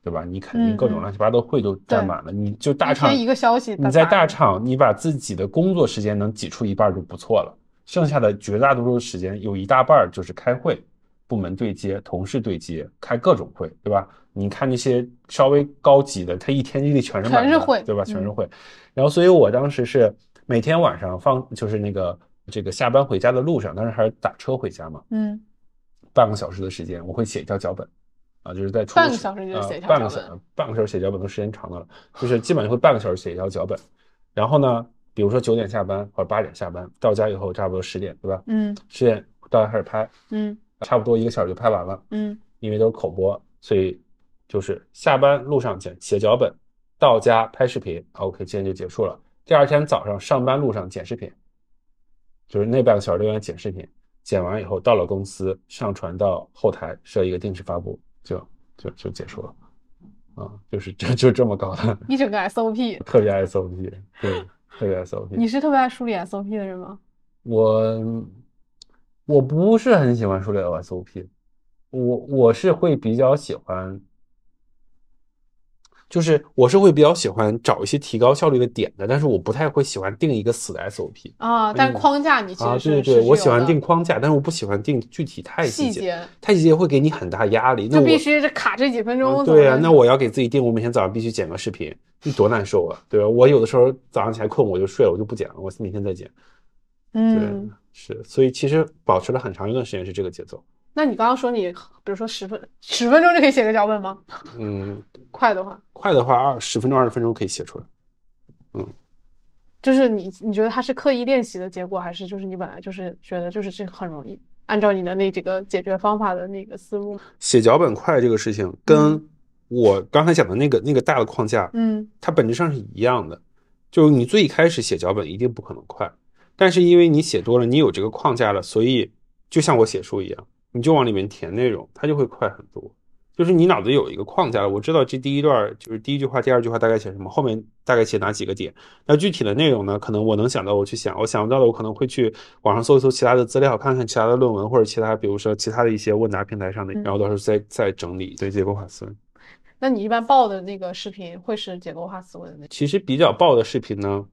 对吧？你肯定各种乱七八糟会都占满了， 嗯、 你就大厂一天一个消息， 你在大厂你把自己的工作时间能挤出一半就不错了，剩下的绝大多数时间有一大半就是开会、部门对接、同事对接、开各种会，对吧？你看那些稍微高级的，他一天之内全是满的， 全是会， 对吧？全是会。嗯、然后，所以我当时是每天晚上放，就是那个这个下班回家的路上，当时还是打车回家嘛， 嗯， 半个小时的时间，我会写一条脚本。啊，就是在半个小时就写一条脚本、呃、半个小半个小时写脚本都时间长的了，就是基本上会半个小时写一条脚本。然后呢，比如说九点下班或者八点下班，到家以后差不多十点，对吧？ 嗯， 十点到家开始拍， 嗯， 差不多一个小时就拍完了， 嗯， 因为都是口播，所以就是下班路上写写脚本，到家拍视频 ，OK， 今天就结束了。第二天早上上班路上剪视频，就是那半个小时都在剪视频，剪完以后到了公司上传到后台设一个定时发布。就就就结束了，啊，就是就就这么搞的， 一整个 S O P， 特别 S O P， 对，特别 S O P。 你是特别爱梳理 S O P 的人吗？ 我我不是很喜欢梳理 S O P， 我我是会比较喜欢。就是我是会比较喜欢找一些提高效率的点的，但是我不太会喜欢定一个死的 S O P 啊。但是框架你其实是、 啊、对对对，我喜欢定框架，但是我不喜欢定具体太细节， 细节太细节会给你很大压力。那就必须是卡这几分钟、 啊。对啊，那我要给自己定，我每天早上必须剪个视频，你多难受啊，对吧？我有的时候早上起来困我就睡了，我就不剪了，我明天再剪。 嗯， 对，是，所以其实保持了很长一段时间是这个节奏。 那你刚刚说你比如说十分十分钟就可以写个脚本吗？ 嗯， 快的话快的话二十分钟二十分钟可以写出来。嗯， 就是你你觉得它是刻意练习的结果，还是就是你本来就是觉得就是这很容易按照你的那几个解决方法的那个思路？ 写脚本快这个事情跟我刚才讲的那个、嗯、那个大的框架， 嗯， 它本质上是一样的，就是你最开始写脚本一定不可能快，但是因为你写多了，你有这个框架了，所以就像我写书一样，你就往里面填内容，它就会快很多。就是你脑子有一个框架了，我知道这第一段就是第一句话第二句话大概写什么，后面大概写哪几个点，那具体的内容呢，可能我能想到我去想，我想不到的我可能会去网上搜一搜其他的资料，看看其他的论文或者其他比如说其他的一些问答平台上的，然后到时候再再整理，对，结构化思维。 那你一般报的那个视频会是结构化思维的那？ 其实比较爆的视频呢，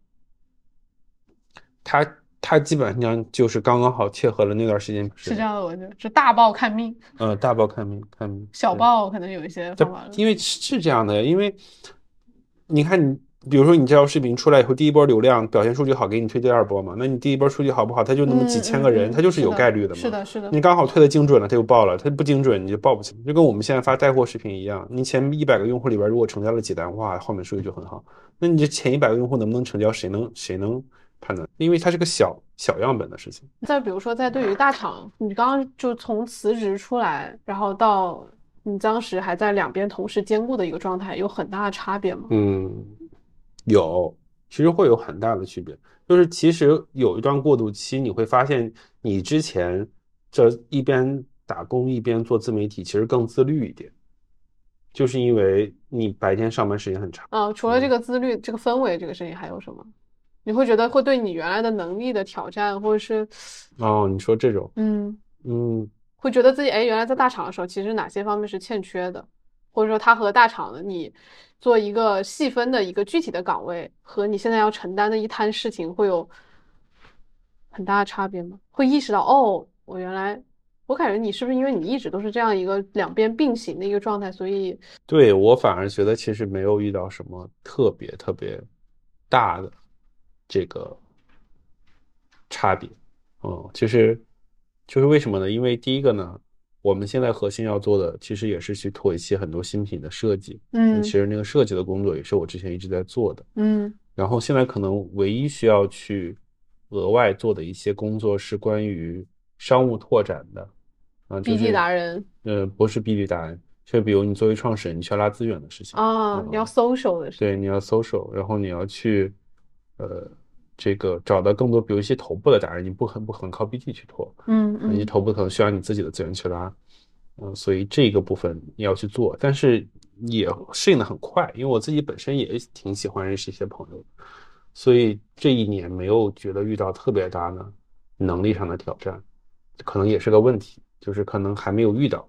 它它基本上就是刚刚好切合了那段时间。 是这样的，我就是大报看命。 呃，大报看命看命。 小报可能有一些方法。 因为是这样的，因为你看你，比如说你这条视频出来以后，第一波流量表现数据好，给你推第二波嘛。那你第一波数据好不好？它就那么几千个人， 嗯嗯、 它就是有概率的嘛。 是的，是的。 你刚好推的精准了，它就爆了；它不精准，你就爆不起来。就跟我们现在发带货视频一样，你前一百个用户里边，如果成交了几单，哇，后面数据就很好。那你这前一百个用户能不能成交，谁能谁能判断？因为它是个小小样本的事情。 再比如说，在对于大厂，你刚刚就从辞职出来，然后到你当时还在两边同时兼顾的一个状态，有很大的差别吗？ 嗯，有，其实会有很大的区别。就是其实有一段过渡期，你会发现你之前这一边打工一边做自媒体，其实更自律一点，就是因为你白天上班时间很长。 啊，除了这个自律、嗯、这个氛围这个事情，还有什么？你会觉得会对你原来的能力的挑战，或者是哦，你说这种， 嗯嗯， 会觉得自己哎，原来在大厂的时候，其实哪些方面是欠缺的，或者说它和大厂的你做一个细分的一个具体的岗位，和你现在要承担的一摊事情会有很大的差别吗？会意识到哦，我原来我感觉你是不是因为你一直都是这样一个两边并行的一个状态，所以对我反而觉得其实没有遇到什么特别特别大的这个差别。哦，其实就是为什么呢？因为第一个呢，我们现在核心要做的其实也是去做一些很多新品的设计。 嗯， 其实那个设计的工作也是我之前一直在做的。 嗯， 然后现在可能唯一需要去额外做的一些工作是关于商务拓展的啊，就是 B D 达人。 呃，不是 B D 达人，就比如你作为创始人，你需要拉资源的事情啊、嗯，你要 social 的事情。 对，你要 social， 然后你要去呃。这个找到更多，比如一些头部的达人，你不很不可能靠 B D 去拖， 嗯嗯， 一些头部可能需要你自己的资源去拉，嗯，所以这个部分你要去做，但是也适应的很快，因为我自己本身也挺喜欢认识一些朋友，所以这一年没有觉得遇到特别大的能力上的挑战，可能也是个问题，就是可能还没有遇到，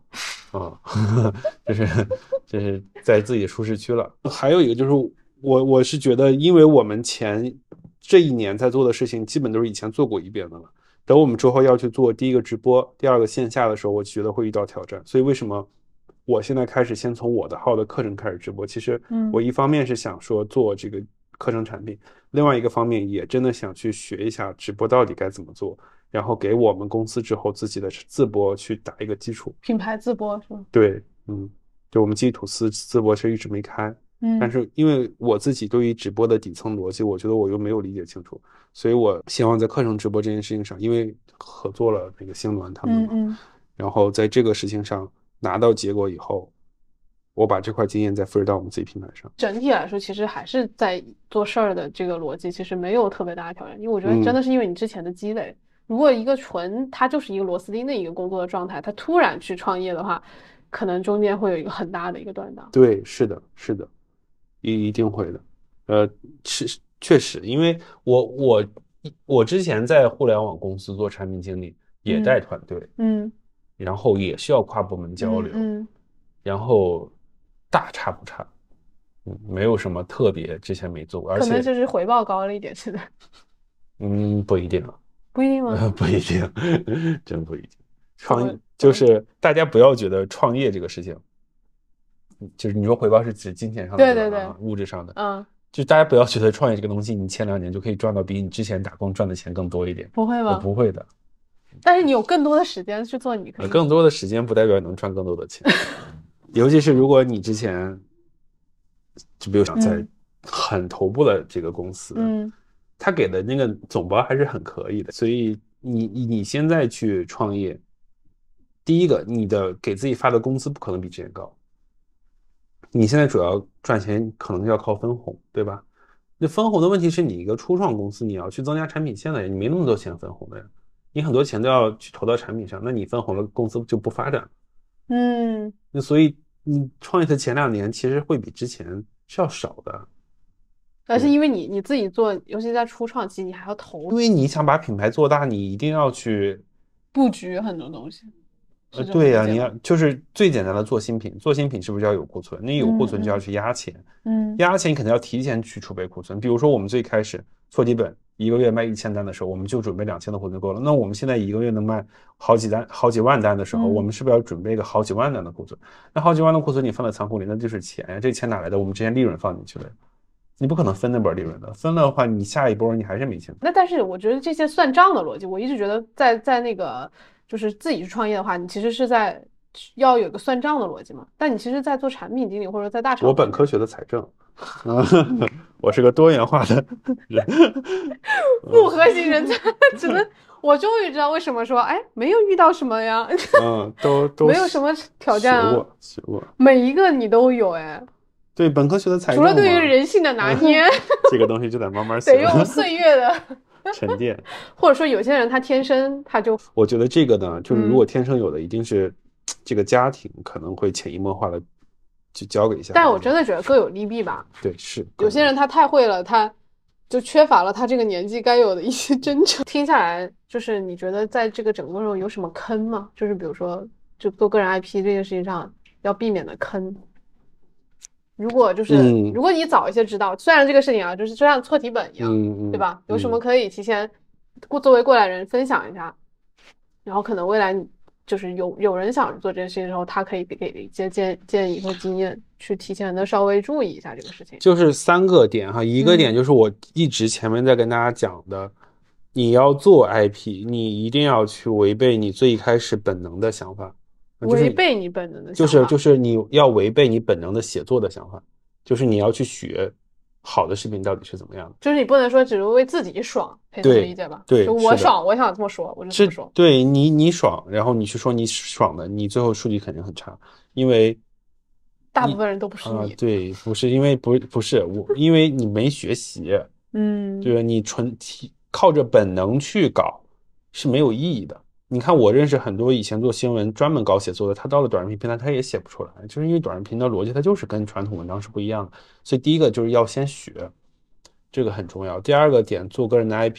啊，这是这是在自己的舒适区了。还有一个就是我我是觉得，因为我们前这一年在做的事情基本都是以前做过一遍的了。等我们之后要去做第一个直播，第二个线下的时候，我觉得会遇到挑战。所以为什么我现在开始先从我的号的课程开始直播？其实我一方面是想说做这个课程产品，另外一个方面也真的想去学一下直播到底该怎么做。然后给我们公司之后自己的自播去打一个基础， 品牌自播是吗？ 对，嗯，就我们基础自自播其实一直没开，嗯，但是因为我自己对于直播的底层逻辑，我觉得我又没有理解清楚，所以我希望在课程直播这件事情上，因为合作了那个星峦他们嘛，嗯嗯，然后在这个事情上拿到结果以后，我把这块经验再复制到我们自己品牌上。 整体来说，其实还是在做事儿的这个逻辑，其实没有特别大的挑战，因为我觉得真的是因为你之前的积累。嗯，如果一个纯它就是一个螺丝钉的一个工作的状态，它突然去创业的话，可能中间会有一个很大的一个断档。 对，是的，是的，一一定会的。呃，是确实，因为我我我之前在互联网公司做产品经理，也带团队，嗯，然后也需要跨部门交流，嗯，嗯然后大差不差，嗯，没有什么特别之前没做过，而且可能就是回报高了一点，是的。 嗯，不一定啊。 不一定吗？ 不一定，真不一定。创业就是大家不要觉得创业这个事情，就是你说回报是指金钱上的， 对对对， 物质上的，嗯，就大家不要觉得创业这个东西，你前两年就可以赚到比你之前打工赚的钱更多一点。 不会吗？ 不会的。 但是你有更多的时间去做你可以。 更多的时间不代表能赚更多的钱，尤其是如果你之前，就比如想在很头部的这个公司，嗯。他给的那个总包还是很可以的，所以你你你现在去创业，第一个你的给自己发的工资不可能比之前高，你现在主要赚钱可能要靠分红，对吧？那分红的问题是你一个初创公司，你要去增加产品线的人，你没那么多钱分红的呀，你很多钱都要去投到产品上，那你分红了，公司就不发展。嗯，那所以你创业的前两年其实会比之前是要少的。 而是因为你你自己做，尤其在初创期，你还要投， 因为你想把品牌做大，你一定要去布局很多东西。 呃，对呀、啊，你要就是最简单的做新品，做新品是不是要有库存？你有库存就要去压钱，嗯，压钱你肯定要提前去储备库存。比如说我们最开始做基本一个月卖一千单的时候，我们就准备两千的库存够了。那我们现在一个月能卖好几单、好几万单的时候，嗯、我们是不是要准备个好几万单的库存？那好几万的库存你放在仓库里，那就是钱呀，这钱哪来的？我们之前利润放进去了。你不可能分那波利润的，分了的话，你下一波你还是没钱。 那但是我觉得这些算账的逻辑，我一直觉得在在那个就是自己去创业的话，你其实是在要有个算账的逻辑嘛。但你其实，在做产品经理或者在大厂， 我本科学的财政，我是个多元化的人， 复合型人才，只能我终于知道为什么说，哎，没有遇到什么呀， 嗯，都都没有什么挑战啊， 学过学过， 每一个你都有哎。 对，本科学的财政， 除了对于人性的拿捏， 这个东西就得慢慢学， 得用岁月的沉淀。 或者说，有些人他天生他就…… 我觉得这个呢，就是如果天生有的，一定是这个家庭可能会潜移默化的去教给一下。 但我真的觉得各有利弊吧。 对，是有些人他太会了，他就缺乏了他这个年纪该有的一些真诚。听下来，就是你觉得在这个整个过程中有什么坑吗？就是比如说，就做个人 I P 这件事情上要避免的坑。如果就是、嗯、如果你早一些知道，虽然这个事情啊，就是就像错题本一样，嗯、对吧？有什么可以提前作为过来人分享一下，然后可能未来就是有有人想做这件事情的时候，他可以给一些建建议或经验，去提前的稍微注意一下这个事情。 就是三个点哈，一个点就是我一直前面在跟大家讲的，嗯、你要做 I P， 你一定要去违背你最开始本能的想法。 违背你本能的想法，就是就是你要违背你本能的写作的想法，就是你要去学好的视频到底是怎么样的， 就是你不能说只是为自己爽，可以这么理解吧？ 对， 就我爽，我想这么说，我就这么说。 对你你爽，然后你去说你爽的，你最后数据肯定很差，因为大部分人都不是你。 呃、对，不是因为不不是我，因为你没学习，嗯，对，你纯靠着本能去搞是没有意义的。你看，我认识很多以前做新闻专门搞写作的，他到了短视频平台，他也写不出来，就是因为短视频的逻辑它就是跟传统文章是不一样的。所以第一个就是要先学，这个很重要。第二个点，做个人的 I P，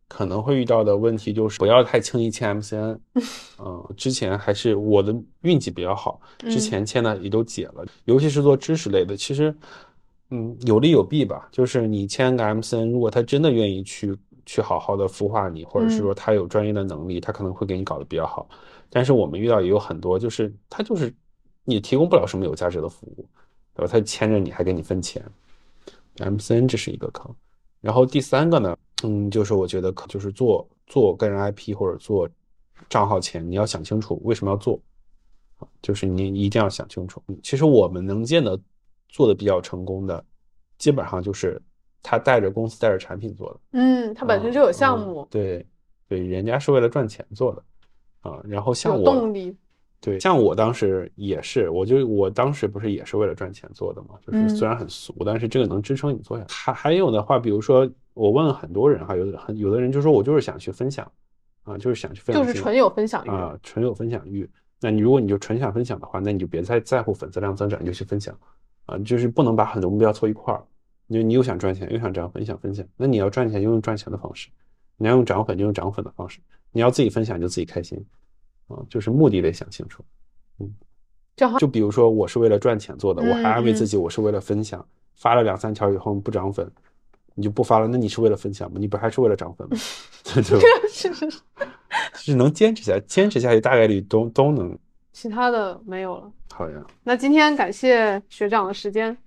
可能会遇到的问题就是不要太轻易签 M C N。嗯，之前还是我的运气比较好，之前签的也都解了，嗯、尤其是做知识类的，其实嗯有利有弊吧。就是你签个 M C N， 如果他真的愿意去去好好的孵化你，或者是说他有专业的能力，嗯、他可能会给你搞得比较好。但是我们遇到也有很多，就是他就是你提供不了什么有价值的服务，对吧？他牵着你还给你分钱 ，M C N 这是一个坑。然后第三个呢？嗯，就是我觉得就是做做个人 I P 或者做账号前，你要想清楚为什么要做，就是你一定要想清楚。其实我们能见的做的比较成功的，基本上就是他带着公司带着产品做的。 嗯，他本身就有项目。 嗯嗯、对对，人家是为了赚钱做的啊。然后像我有动力。 对，像我当时也是，我就我当时不是也是为了赚钱做的嘛，就是虽然很俗，嗯、但是这个能支撑你做下去。还还有的话，比如说我问很多人哈，有的很有的人就说我就是想去分享，啊，就是想去分享， 就是纯有分享欲啊，纯有分享欲。那你如果你就纯想分享的话，那你就别再在乎粉丝量增长，你就去分享，啊，就是不能把很多目标凑一块儿。你你又想赚钱，又想涨粉，想分享，那你要赚钱就用赚钱的方式，你要用涨粉就用涨粉的方式，你要自己分享就自己开心。啊，就是目的得想清楚，嗯，就比如说我是为了赚钱做的，嗯、我还安慰自己我是为了分享，嗯、发了两三条以后不涨粉，你就不发了，那你是为了分享吗？你不还是为了涨粉吗？对吧？ 是是是， 就是能坚持下来，坚持下去大概率都都能。 其他的没有了。 好呀， 那今天感谢学长的时间。